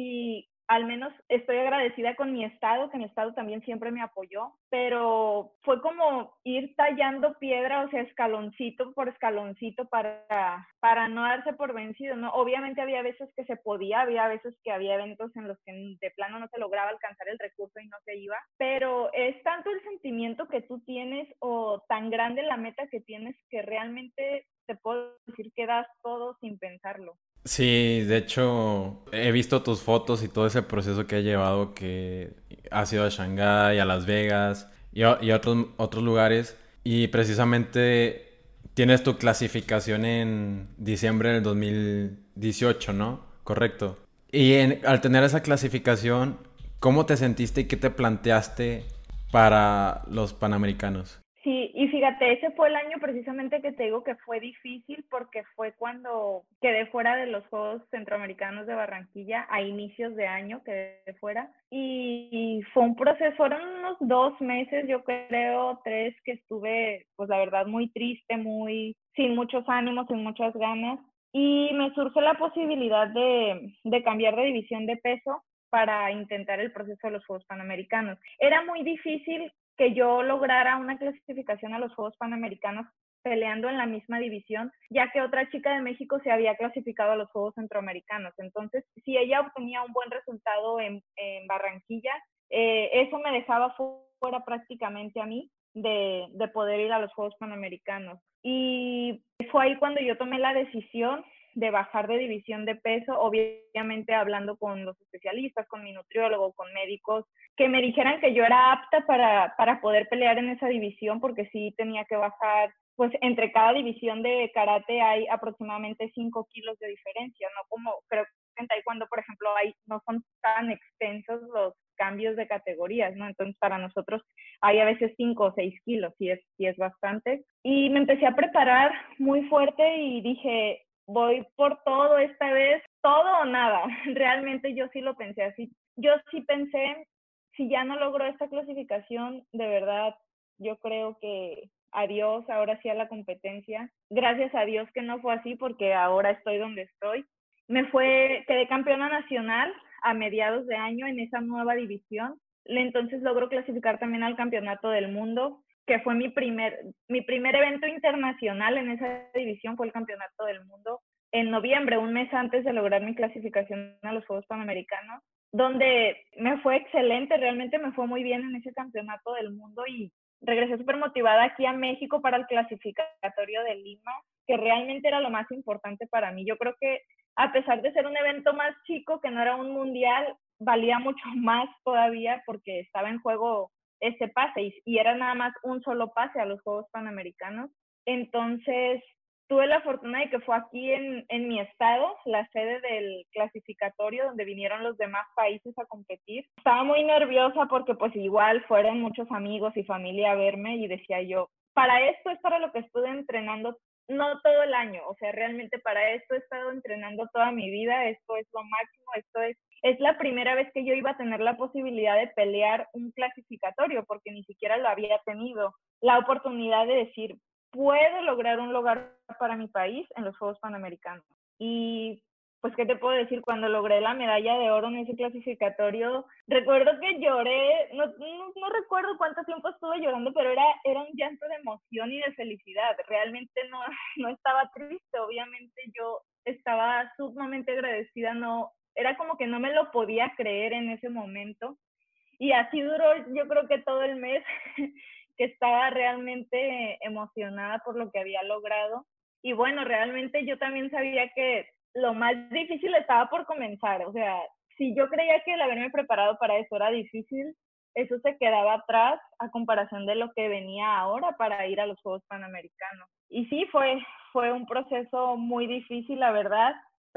y al menos estoy agradecida con mi estado, que mi estado también siempre me apoyó, pero fue como ir tallando piedra, o sea, escaloncito por escaloncito para, para no darse por vencido, ¿no? Obviamente había veces que se podía, había veces que había eventos en los que de plano no se lograba alcanzar el recurso y no se iba, pero es tanto el sentimiento que tú tienes o tan grande la meta que tienes que realmente te puedo decir que das todo sin pensarlo. Sí, de hecho, he visto tus fotos y todo ese proceso que ha llevado, que has ido a Shanghái, a Las Vegas y a, y a otros, otros lugares. Y precisamente tienes tu clasificación en diciembre del dos mil dieciocho, ¿no? Correcto. Y en- al tener esa clasificación, ¿cómo te sentiste y qué te planteaste para los Panamericanos? Sí, y fíjate, ese fue el año precisamente que te digo que fue difícil porque fue cuando quedé fuera de los Juegos Centroamericanos de Barranquilla a inicios de año, quedé fuera. Y, y fue un proceso, fueron unos dos meses, yo creo, tres, que estuve, pues la verdad, muy triste, muy sin muchos ánimos, sin muchas ganas. Y me surge la posibilidad de, de cambiar de división de peso para intentar el proceso de los Juegos Panamericanos. Era muy difícil que yo lograra una clasificación a los Juegos Panamericanos peleando en la misma división, ya que otra chica de México se había clasificado a los Juegos Centroamericanos. Entonces, si ella obtenía un buen resultado en, en Barranquilla, eh, eso me dejaba fuera prácticamente a mí de, de poder ir a los Juegos Panamericanos. Y fue ahí cuando yo tomé la decisión de bajar de división de peso, obviamente hablando con los especialistas, con mi nutriólogo, con médicos, que me dijeran que yo era apta para, para poder pelear en esa división, porque sí tenía que bajar, pues entre cada división de karate hay aproximadamente cinco kilos de diferencia, no como creo que en taekwondo, por ejemplo, hay, no son tan extensos los cambios de categorías, ¿no? Entonces para nosotros hay a veces cinco o seis kilos, y es, sí es bastante. Y me empecé a preparar muy fuerte y dije, voy por todo esta vez, todo o nada. Realmente yo sí lo pensé así. Yo sí pensé, si ya no logro esta clasificación, de verdad, yo creo que adiós, ahora sí a la competencia. Gracias a Dios que no fue así, porque ahora estoy donde estoy. Me fue, quedé campeona nacional a mediados de año en esa nueva división. entonces logro clasificar también al Campeonato del Mundo, que fue mi primer, mi primer evento internacional en esa división, fue el Campeonato del Mundo, en noviembre, un mes antes de lograr mi clasificación a los Juegos Panamericanos, donde me fue excelente, realmente me fue muy bien en ese Campeonato del Mundo y regresé súper motivada aquí a México para el clasificatorio de Lima, que realmente era lo más importante para mí. Yo creo que a pesar de ser un evento más chico, que no era un mundial, valía mucho más todavía porque estaba en juego ese pase y, y era nada más un solo pase a los Juegos Panamericanos. Entonces, tuve la fortuna de que fue aquí en, en mi estado, la sede del clasificatorio, donde vinieron los demás países a competir. Estaba muy nerviosa porque pues igual fueron muchos amigos y familia a verme y decía yo, para esto es para lo que estuve entrenando, no todo el año, o sea, realmente para esto he estado entrenando toda mi vida, esto es lo máximo, esto es, es la primera vez que yo iba a tener la posibilidad de pelear un clasificatorio, porque ni siquiera lo había tenido, la oportunidad de decir, puedo lograr un lugar para mi país en los Juegos Panamericanos. Y pues, ¿qué te puedo decir? Cuando logré la medalla de oro en ese clasificatorio, recuerdo que lloré, no, no, no recuerdo cuánto tiempo estuve llorando, pero era, era un llanto de emoción y de felicidad. Realmente no, no estaba triste, obviamente yo estaba sumamente agradecida, no, era como que no me lo podía creer en ese momento. Y así duró, yo creo que todo el mes, que estaba realmente emocionada por lo que había logrado. Y bueno, realmente yo también sabía que lo más difícil estaba por comenzar. O sea, si yo creía que el haberme preparado para eso era difícil, eso se quedaba atrás a comparación de lo que venía ahora para ir a los Juegos Panamericanos. Y sí, fue, fue un proceso muy difícil, la verdad,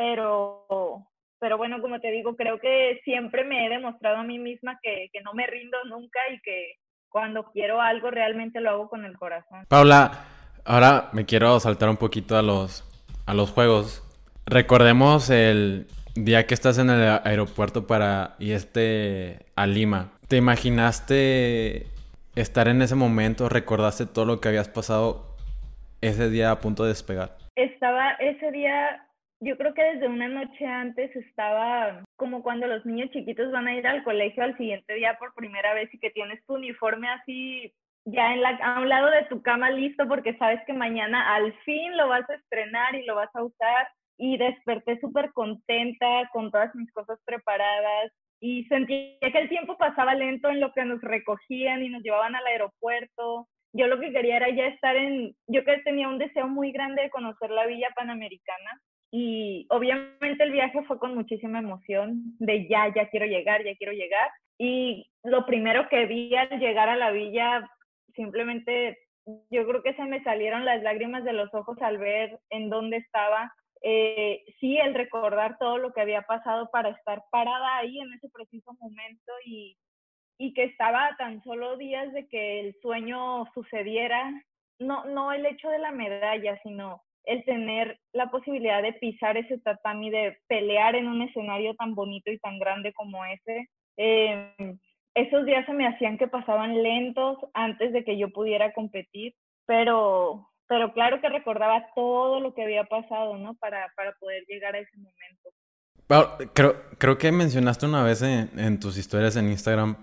pero, pero bueno, como te digo, creo que siempre me he demostrado a mí misma que, que no me rindo nunca y que cuando quiero algo realmente lo hago con el corazón. Paula, ahora me quiero saltar un poquito a los, a los juegos. Recordemos el día que estás en el aeropuerto para irte a Lima. ¿Te imaginaste estar en ese momento? ¿Recordaste todo lo que habías pasado ese día a punto de despegar? Estaba ese día, yo creo que desde una noche antes estaba como cuando los niños chiquitos van a ir al colegio al siguiente día por primera vez y que tienes tu uniforme así ya en la, a un lado de tu cama listo porque sabes que mañana al fin lo vas a estrenar y lo vas a usar. Y desperté súper contenta con todas mis cosas preparadas y sentía que el tiempo pasaba lento en lo que nos recogían y nos llevaban al aeropuerto. Yo lo que quería era ya estar en, yo que tenía un deseo muy grande de conocer la Villa Panamericana y obviamente el viaje fue con muchísima emoción de ya, ya quiero llegar, ya quiero llegar. Y lo primero que vi al llegar a la villa, simplemente yo creo que se me salieron las lágrimas de los ojos al ver en dónde estaba. Eh, sí, el recordar todo lo que había pasado para estar parada ahí en ese preciso momento y, y que estaba a tan solo días de que el sueño sucediera, no, no el hecho de la medalla, sino el tener la posibilidad de pisar ese tatami, de pelear en un escenario tan bonito y tan grande como ese. Eh, esos días se me hacían que pasaban lentos antes de que yo pudiera competir, pero, pero claro que recordaba todo lo que había pasado, ¿no? Para, para poder llegar a ese momento. Paula, creo, creo que mencionaste una vez en, en tus historias en Instagram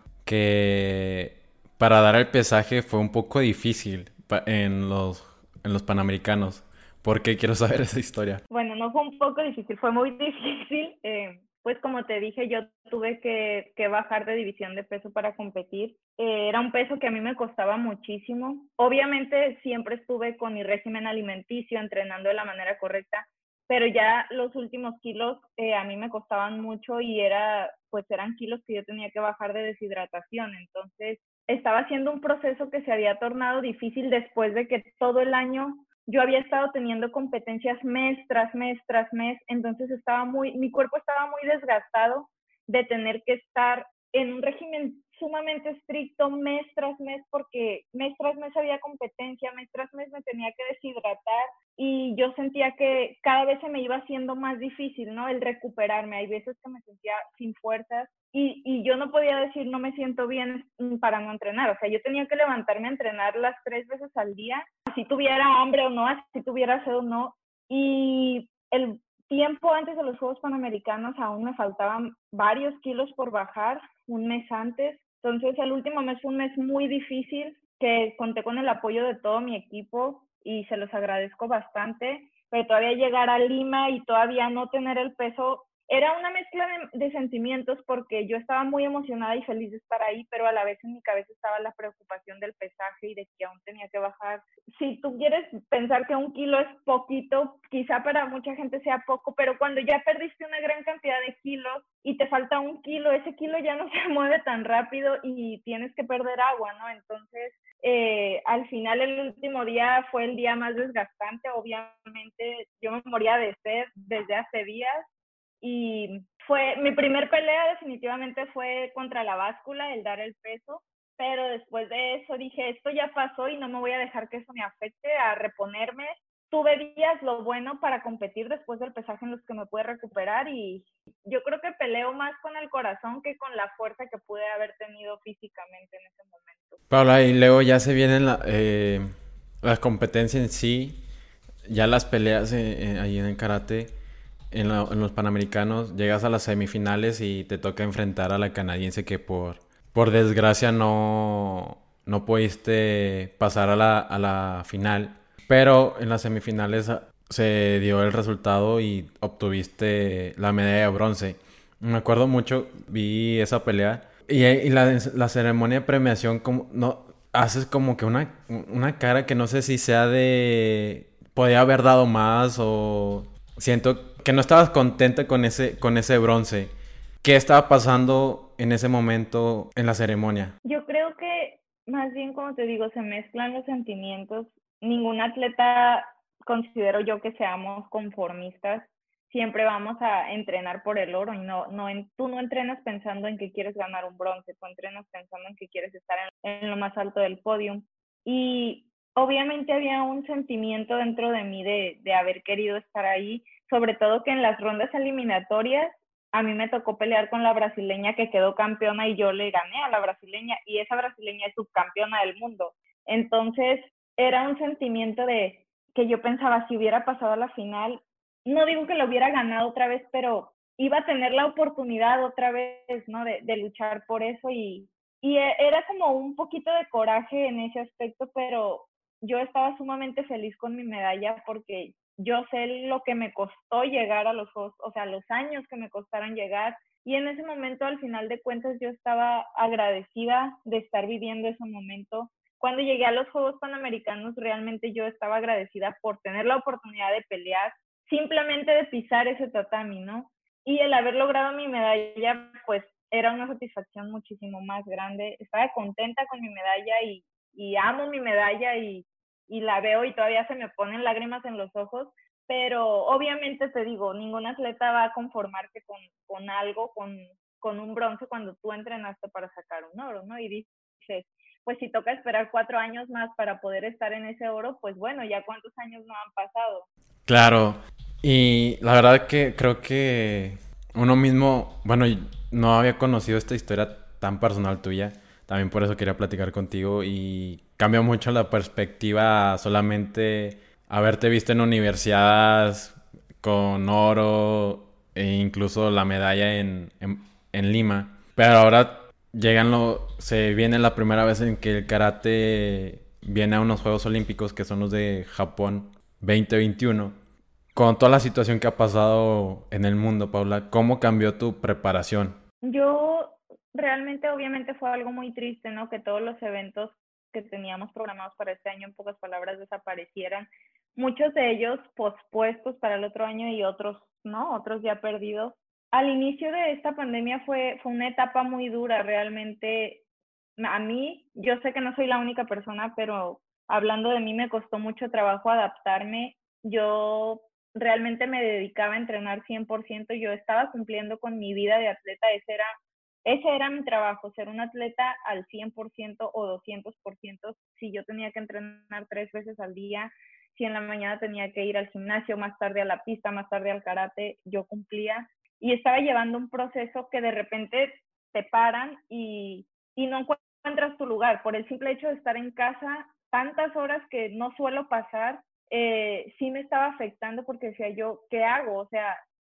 que para dar el pesaje fue un poco difícil pa- en los, en los Panamericanos. ¿Por qué? Quiero saber esa historia. Bueno, no fue un poco difícil, fue muy difícil. Eh, pues como te dije, yo tuve que, que bajar de división de peso para competir. Eh, era un peso que a mí me costaba muchísimo. Obviamente siempre estuve con mi régimen alimenticio, entrenando de la manera correcta, pero ya los últimos kilos eh, a mí me costaban mucho y era, pues eran kilos que yo tenía que bajar de deshidratación. Entonces estaba haciendo un proceso que se había tornado difícil después de que todo el año yo había estado teniendo competencias mes tras mes tras mes, entonces estaba muy, mi cuerpo estaba muy desgastado de tener que estar en un régimen sumamente estricto mes tras mes, porque mes tras mes había competencia, mes tras mes me tenía que deshidratar y yo sentía que cada vez se me iba haciendo más difícil, ¿no? El recuperarme. Hay veces que me sentía sin fuerzas y, y yo no podía decir no me siento bien para no entrenar. O sea, yo tenía que levantarme a entrenar las tres veces al día, así tuviera hambre o no, así tuviera sed o no. Y el tiempo antes de los Juegos Panamericanos aún me faltaban varios kilos por bajar, un mes antes. Entonces el último mes fue un mes muy difícil, que conté con el apoyo de todo mi equipo y se los agradezco bastante, pero todavía llegar a Lima y todavía no tener el peso, era una mezcla de, de sentimientos porque yo estaba muy emocionada y feliz de estar ahí, pero a la vez en mi cabeza estaba la preocupación del pesaje y de que aún tenía que bajar. Si tú quieres pensar que un kilo es poquito, quizá para mucha gente sea poco, pero cuando ya perdiste una gran cantidad de kilos y te falta un kilo, ese kilo ya no se mueve tan rápido y tienes que perder agua, ¿no? Entonces, eh, al final el último día fue el día más desgastante, obviamente yo me moría de sed desde hace días y fue mi primer pelea definitivamente fue contra la báscula, el dar el peso, pero después de eso dije, esto ya pasó y no me voy a dejar que eso me afecte a reponerme. Tuve días lo bueno para competir después del pesaje en los que me pude recuperar y yo creo que peleo más con el corazón que con la fuerza que pude haber tenido físicamente en ese momento. Paula, y luego ya se vienen la, eh, las competencias en sí, ya las peleas eh, eh, ahí en el karate, en, la- en los Panamericanos, llegas a las semifinales y te toca enfrentar a la canadiense que por, por desgracia no, no pudiste pasar a la, a la final, pero en las semifinales ah, se dio el resultado y obtuviste la medalla de bronce. Me acuerdo mucho, vi esa pelea y, y la, la ceremonia de premiación como, no, haces como que una, una cara que no sé si sea de... Podía haber dado más o siento que no estabas contenta con ese, con ese bronce. ¿Qué estaba pasando en ese momento en la ceremonia? Yo creo que más bien, como te digo, se mezclan los sentimientos. Ningún atleta considero yo que seamos conformistas. Siempre vamos a entrenar por el oro y no, no en, tú no entrenas pensando en que quieres ganar un bronce, tú entrenas pensando en que quieres estar en, en lo más alto del podio. Y obviamente había un sentimiento dentro de mí de, de haber querido estar ahí, sobre todo que en las rondas eliminatorias a mí me tocó pelear con la brasileña que quedó campeona y yo le gané a la brasileña y esa brasileña es subcampeona del mundo. Entonces era un sentimiento de que yo pensaba si hubiera pasado a la final, no digo que lo hubiera ganado otra vez, pero iba a tener la oportunidad otra vez, ¿no? De, de luchar por eso y, y era como un poquito de coraje en ese aspecto, pero yo estaba sumamente feliz con mi medalla porque yo sé lo que me costó llegar a los Juegos, o sea, los años que me costaron llegar. Y en ese momento, al final de cuentas, yo estaba agradecida de estar viviendo ese momento. Cuando llegué a los Juegos Panamericanos, realmente yo estaba agradecida por tener la oportunidad de pelear, simplemente de pisar ese tatami, ¿no? Y el haber logrado mi medalla, pues era una satisfacción muchísimo más grande. Estaba contenta con mi medalla y, y amo mi medalla y y la veo y todavía se me ponen lágrimas en los ojos, pero obviamente te digo, ningún atleta va a conformarse con, con algo, con, con un bronce cuando tú entrenaste para sacar un oro, ¿no? Y dices, pues si toca esperar cuatro años más para poder estar en ese oro, pues bueno, ya cuántos años no han pasado. Claro, y la verdad que creo que uno mismo, bueno, no había conocido esta historia tan personal tuya, también por eso quería platicar contigo y cambia mucho la perspectiva solamente haberte visto en universidades con oro e incluso la medalla en, en, en Lima, pero ahora llegan lo, se viene la primera vez en que el karate viene a unos Juegos Olímpicos que son los de Japón veinte veintiuno. Con toda la situación que ha pasado en el mundo, Paula, ¿cómo cambió tu preparación? Yo realmente, obviamente fue algo muy triste, ¿no? Que todos los eventos que teníamos programados para este año, en pocas palabras, desaparecieran. Muchos de ellos pospuestos para el otro año y otros, ¿no? Otros ya perdidos. Al inicio de esta pandemia fue, fue una etapa muy dura, realmente. A mí, yo sé que no soy la única persona, pero hablando de mí me costó mucho trabajo adaptarme. Yo realmente me dedicaba a entrenar cien por ciento, yo estaba cumpliendo con mi vida de atleta, ese era, ese era mi trabajo, ser un atleta al cien por ciento o doscientos por ciento. Si yo tenía que entrenar tres veces al día, si en la mañana tenía que ir al gimnasio, más tarde a la pista, más tarde al karate, yo cumplía y estaba llevando un proceso que de repente te paran y, y no encuentras tu lugar por el simple hecho de estar en casa tantas horas que no suelo pasar. Eh, sí me estaba afectando porque decía yo, ¿qué hago? O sea,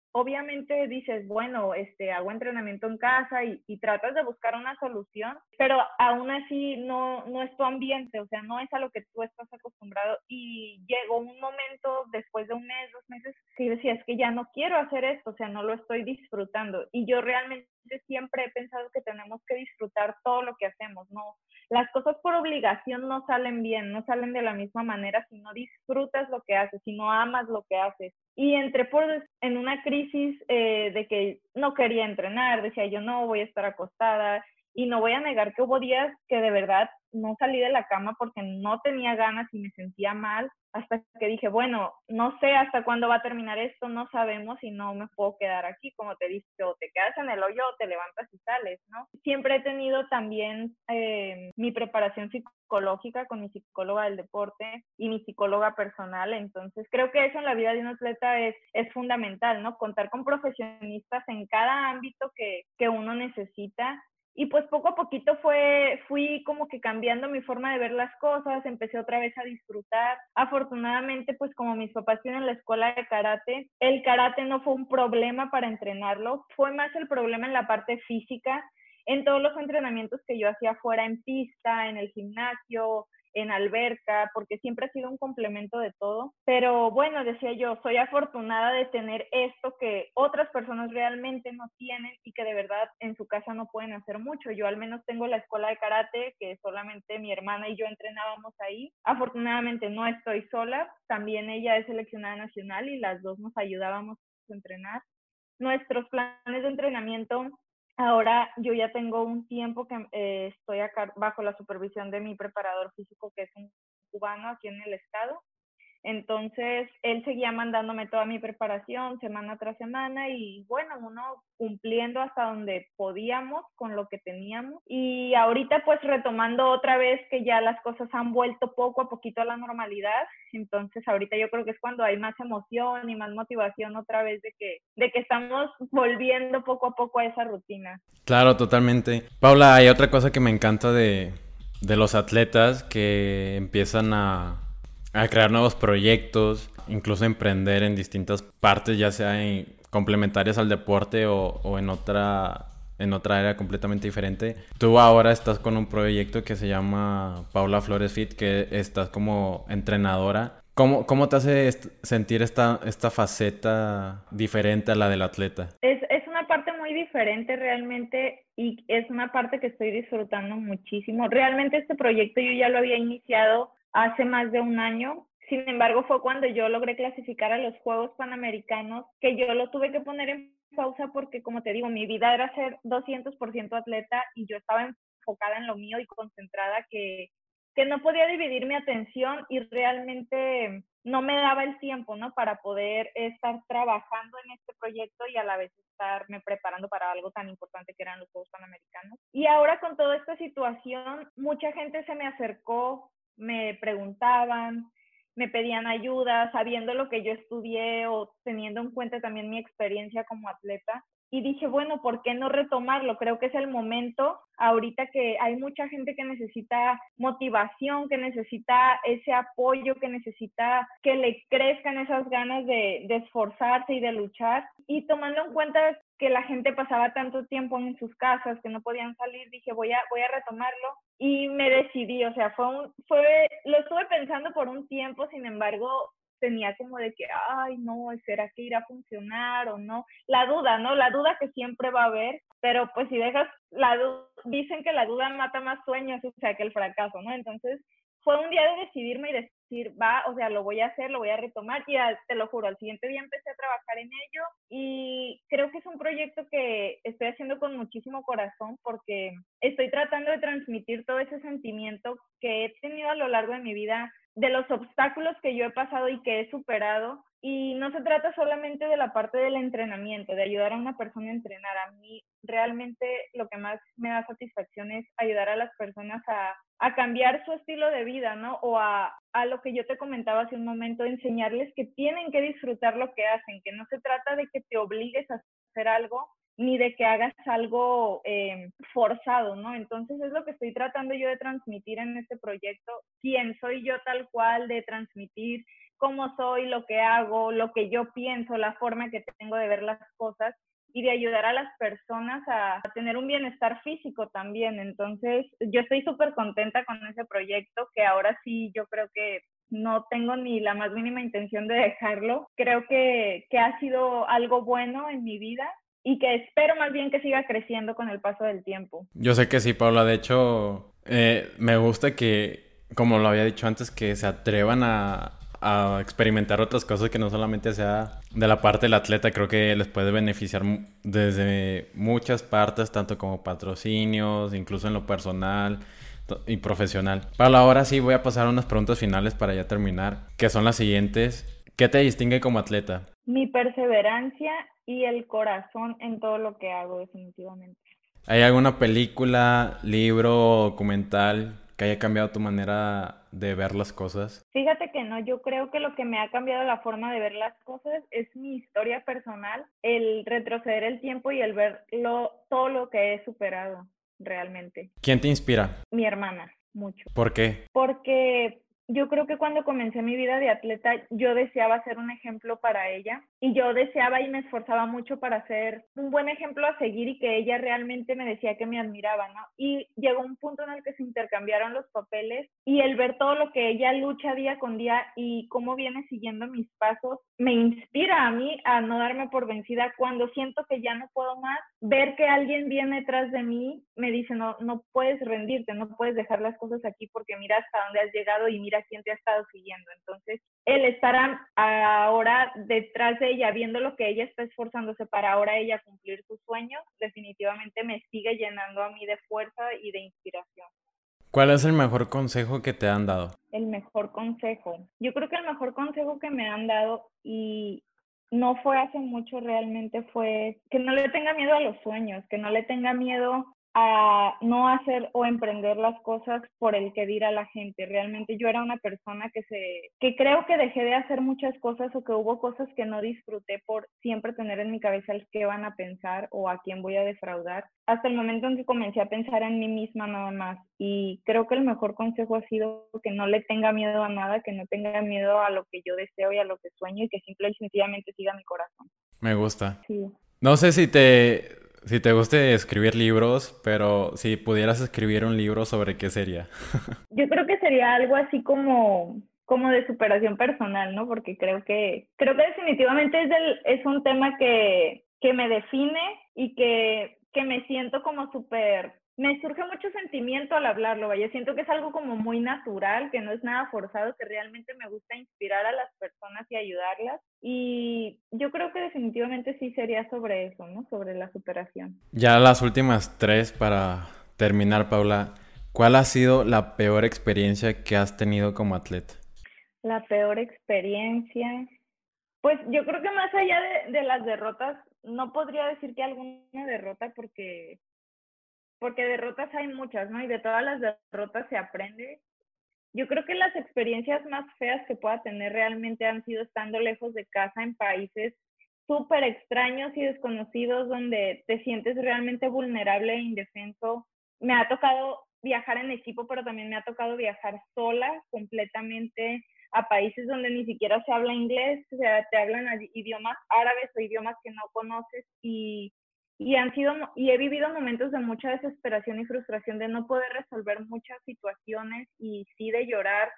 obviamente dices, bueno, este, hago entrenamiento en casa y, y tratas de buscar una solución, pero aún así no, no es tu ambiente, o sea, no es a lo que tú estás acostumbrado. Y llegó un momento después de un mes, dos meses, que decía, es que ya no quiero hacer esto, o sea, no lo estoy disfrutando. Y yo realmente siempre he pensado que tenemos que disfrutar todo lo que hacemos, ¿no? Las cosas por obligación no salen bien, no salen de la misma manera si no disfrutas lo que haces, si no amas lo que haces. Y entré por, en una crisis eh, de que no quería entrenar, decía yo no, voy a estar acostada, y no voy a negar que hubo días que de verdad no salí de la cama porque no tenía ganas y me sentía mal, hasta que dije, bueno, no sé hasta cuándo va a terminar esto, no sabemos y no me puedo quedar aquí, como te dije, o te quedas en el hoyo o te levantas y sales, ¿no? Siempre he tenido también eh, mi preparación psicológica con mi psicóloga del deporte y mi psicóloga personal, entonces creo que eso en la vida de un atleta es, es fundamental, ¿no? Contar con profesionistas en cada ámbito que, que uno necesita. Y pues poco a poquito fue, fui como que cambiando mi forma de ver las cosas, empecé otra vez a disfrutar. Afortunadamente, pues como mis papás tienen la escuela de karate, el karate no fue un problema para entrenarlo, fue más el problema en la parte física, en todos los entrenamientos que yo hacía fuera en pista, en el gimnasio, en alberca, porque siempre ha sido un complemento de todo. Pero bueno, decía yo, soy afortunada de tener esto que otras personas realmente no tienen y que de verdad en su casa no pueden hacer mucho. Yo al menos tengo la escuela de karate, que solamente mi hermana y yo entrenábamos ahí. Afortunadamente no estoy sola, también ella es seleccionada nacional y las dos nos ayudábamos a entrenar. Nuestros planes de entrenamiento, ahora yo ya tengo un tiempo que eh, estoy acá bajo la supervisión de mi preparador físico, que es un cubano aquí en el estado. Entonces, él seguía mandándome toda mi preparación semana tras semana y bueno, uno cumpliendo hasta donde podíamos con lo que teníamos. Y ahorita pues retomando otra vez que ya las cosas han vuelto poco a poquito a la normalidad. Entonces, ahorita yo creo que es cuando hay más emoción y más motivación otra vez de que, de que estamos volviendo poco a poco a esa rutina. Claro, totalmente. Paula, hay otra cosa que me encanta de, de los atletas que empiezan a, a crear nuevos proyectos, incluso emprender en distintas partes, ya sea en, complementarias al deporte o, o en otra en otra área completamente diferente. Tú ahora estás con un proyecto que se llama Paula Flores Fit, que estás como entrenadora. ¿Cómo, cómo te hace est- sentir esta, esta faceta diferente a la del atleta? Es, es una parte muy diferente realmente y es una parte que estoy disfrutando muchísimo. Realmente este proyecto yo ya lo había iniciado hace más de un año. Sin embargo, fue cuando yo logré clasificar a los Juegos Panamericanos que yo lo tuve que poner en pausa porque, como te digo, mi vida era ser doscientos por ciento atleta y yo estaba enfocada en lo mío y concentrada que, que no podía dividir mi atención y realmente no me daba el tiempo, ¿no? Para poder estar trabajando en este proyecto y a la vez estarme preparando para algo tan importante que eran los Juegos Panamericanos. Y ahora con toda esta situación, mucha gente se me acercó, me preguntaban, me pedían ayuda, sabiendo lo que yo estudié o teniendo en cuenta también mi experiencia como atleta. Y dije, bueno, ¿por qué no retomarlo? Creo que es el momento ahorita que hay mucha gente que necesita motivación, que necesita ese apoyo, que necesita que le crezcan esas ganas de, de esforzarse y de luchar. Y tomando en cuenta que la gente pasaba tanto tiempo en sus casas, que no podían salir, dije, voy a, voy a retomarlo y me decidí, o sea, fue, un, fue lo estuve pensando por un tiempo, sin embargo, tenía como de que, ay, no, ¿será que irá a funcionar o no? La duda, ¿no? La duda que siempre va a haber, pero pues si dejas la duda, dicen que la duda mata más sueños, o sea, que el fracaso, ¿no? Entonces, fue un día de decidirme y decir, va, o sea, lo voy a hacer, lo voy a retomar y a, te lo juro, al siguiente día empecé a trabajar en ello y creo que es un proyecto que estoy haciendo con muchísimo corazón porque estoy tratando de transmitir todo ese sentimiento que he tenido a lo largo de mi vida, de los obstáculos que yo he pasado y que he superado. Y no se trata solamente de la parte del entrenamiento, de ayudar a una persona a entrenar. A mí realmente lo que más me da satisfacción es ayudar a las personas a, a cambiar su estilo de vida, ¿no? O a, a lo que yo te comentaba hace un momento, enseñarles que tienen que disfrutar lo que hacen, que no se trata de que te obligues a hacer algo, ni de que hagas algo eh, forzado, ¿no? Entonces es lo que estoy tratando yo de transmitir en este proyecto, quién soy yo tal cual, de transmitir cómo soy, lo que hago, lo que yo pienso, la forma que tengo de ver las cosas y de ayudar a las personas a, a tener un bienestar físico también. Entonces, yo estoy súper contenta con ese proyecto, que ahora sí yo creo que no tengo ni la más mínima intención de dejarlo. Creo que, que ha sido algo bueno en mi vida y que espero más bien que siga creciendo con el paso del tiempo. Yo sé que sí, Paula. De hecho, eh, me gusta que, como lo había dicho antes, que se atrevan a, a experimentar otras cosas que no solamente sea de la parte del atleta. Creo que les puede beneficiar mu- desde muchas partes, tanto como patrocinios, incluso en lo personal to- y profesional. Paula, ahora sí voy a pasar a unas preguntas finales para ya terminar, que son las siguientes. ¿Qué te distingue como atleta? Mi perseverancia y el corazón en todo lo que hago, definitivamente. ¿Hay alguna película, libro, documental que haya cambiado tu manera de ver las cosas? Fíjate que no, yo creo que lo que me ha cambiado la forma de ver las cosas es mi historia personal, el retroceder el tiempo y el ver lo, todo lo que he superado realmente. ¿Quién te inspira? Mi hermana, mucho. ¿Por qué? Porque yo creo que cuando comencé mi vida de atleta, yo deseaba ser un ejemplo para ella y yo deseaba y me esforzaba mucho para ser un buen ejemplo a seguir y que ella realmente me decía que me admiraba, ¿no? Y llegó un punto en el que se intercambiaron los papeles y el ver todo lo que ella lucha día con día y cómo viene siguiendo mis pasos, me inspira a mí a no darme por vencida cuando siento que ya no puedo más. Ver que alguien viene detrás de mí me dice, no, no puedes rendirte, no puedes dejar las cosas aquí porque mira hasta dónde has llegado y mira quién te ha estado siguiendo. Entonces, el estar a, a ahora detrás de ella, viendo lo que ella está esforzándose para ahora ella cumplir sus sueños, definitivamente me sigue llenando a mí de fuerza y de inspiración. ¿Cuál es el mejor consejo que te han dado? El mejor consejo. Yo creo que el mejor consejo que me han dado y no fue hace mucho realmente fue que no le tenga miedo a los sueños, que no le tenga miedo a no hacer o emprender las cosas por el que dirá la gente. Realmente yo era una persona que se, que creo que dejé de hacer muchas cosas o que hubo cosas que no disfruté por siempre tener en mi cabeza el qué van a pensar o a quién voy a defraudar. Hasta el momento en que comencé a pensar en mí misma nada más. Y creo que el mejor consejo ha sido que no le tenga miedo a nada, que no tenga miedo a lo que yo deseo y a lo que sueño y que simple y sencillamente siga mi corazón. Me gusta. Sí. No sé si te, si te guste escribir libros, pero si pudieras escribir un libro, ¿sobre qué sería? Yo creo que sería algo así como, como de superación personal, ¿no? Porque creo que, creo que definitivamente es, del, es un tema que, que me define y que, que me siento como súper, me surge mucho sentimiento al hablarlo, vaya, siento que es algo como muy natural, que no es nada forzado, que realmente me gusta inspirar a las personas y ayudarlas. Y yo creo que definitivamente sí sería sobre eso, ¿no? Sobre la superación. Ya las últimas tres para terminar, Paula. ¿Cuál ha sido la peor experiencia que has tenido como atleta? La peor experiencia. Pues yo creo que más allá de, de las derrotas, no podría decir que alguna derrota porque, porque derrotas hay muchas, ¿no? Y de todas las derrotas se aprende. Yo creo que las experiencias más feas que pueda tener realmente han sido estando lejos de casa en países súper extraños y desconocidos donde te sientes realmente vulnerable e indefenso. Me ha tocado viajar en equipo, pero también me ha tocado viajar sola completamente a países donde ni siquiera se habla inglés, o sea, te hablan idiomas árabes o idiomas que no conoces y y han sido y he vivido momentos de mucha desesperación y frustración de no poder resolver muchas situaciones y sí de llorar,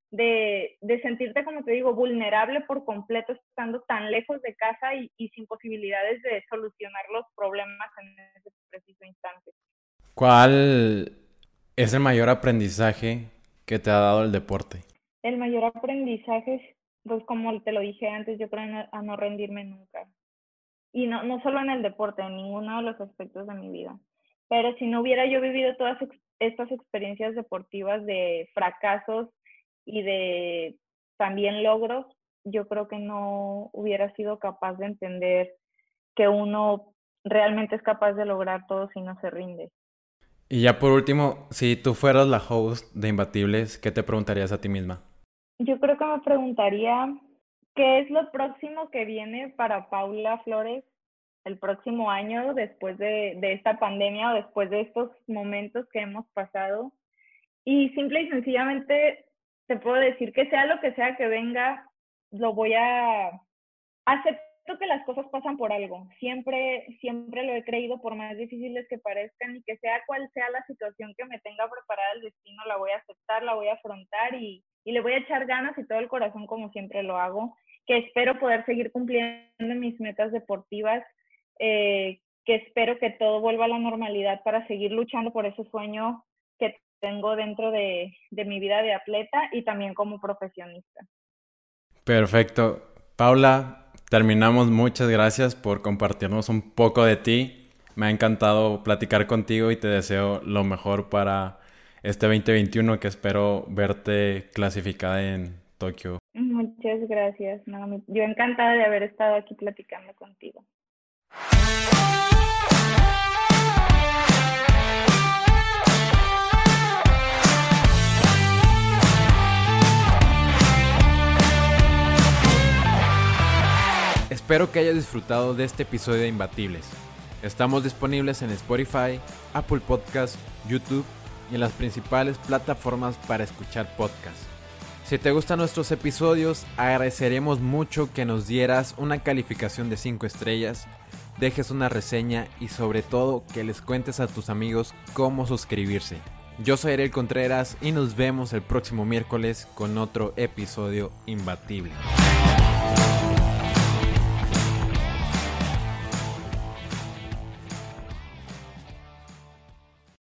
de, de sentirte, como te digo, vulnerable por completo estando tan lejos de casa y, y sin posibilidades de solucionar los problemas en ese preciso instante. ¿Cuál es el mayor aprendizaje que te ha dado el deporte? El mayor aprendizaje es, pues como te lo dije antes, yo creo no, a no rendirme nunca. Y no, no solo en el deporte, en ninguno de los aspectos de mi vida. Pero si no hubiera yo vivido todas ex estas experiencias deportivas de fracasos y de también logros, yo creo que no hubiera sido capaz de entender que uno realmente es capaz de lograr todo si no se rinde. Y ya por último, si tú fueras la host de Imbatibles, ¿qué te preguntarías a ti misma? Yo creo que me preguntaría qué es lo próximo que viene para Paula Flores el próximo año después de, de esta pandemia o después de estos momentos que hemos pasado. Y simple y sencillamente te puedo decir que sea lo que sea que venga, lo voy a acepto que las cosas pasan por algo. Siempre, siempre lo he creído, por más difíciles que parezcan y que sea cual sea la situación que me tenga preparada el destino, la voy a aceptar, la voy a afrontar y, y le voy a echar ganas y todo el corazón como siempre lo hago. Que espero poder seguir cumpliendo mis metas deportivas, eh, que espero que todo vuelva a la normalidad para seguir luchando por ese sueño que tengo dentro de, de mi vida de atleta y también como profesionista. Perfecto. Paula, terminamos. Muchas gracias por compartirnos un poco de ti. Me ha encantado platicar contigo y te deseo lo mejor para este veinte veintiuno, que espero verte clasificada en Tokio. Muchas gracias, Naomi. Yo encantada de haber estado aquí platicando contigo. Espero que hayas disfrutado de este episodio de Imbatibles. Estamos disponibles en Spotify, Apple Podcasts, YouTube y en las principales plataformas para escuchar podcasts. Si te gustan nuestros episodios, agradeceremos mucho que nos dieras una calificación de cinco estrellas, dejes una reseña y sobre todo que les cuentes a tus amigos cómo suscribirse. Yo soy Ariel Contreras y nos vemos el próximo miércoles con otro episodio imbatible.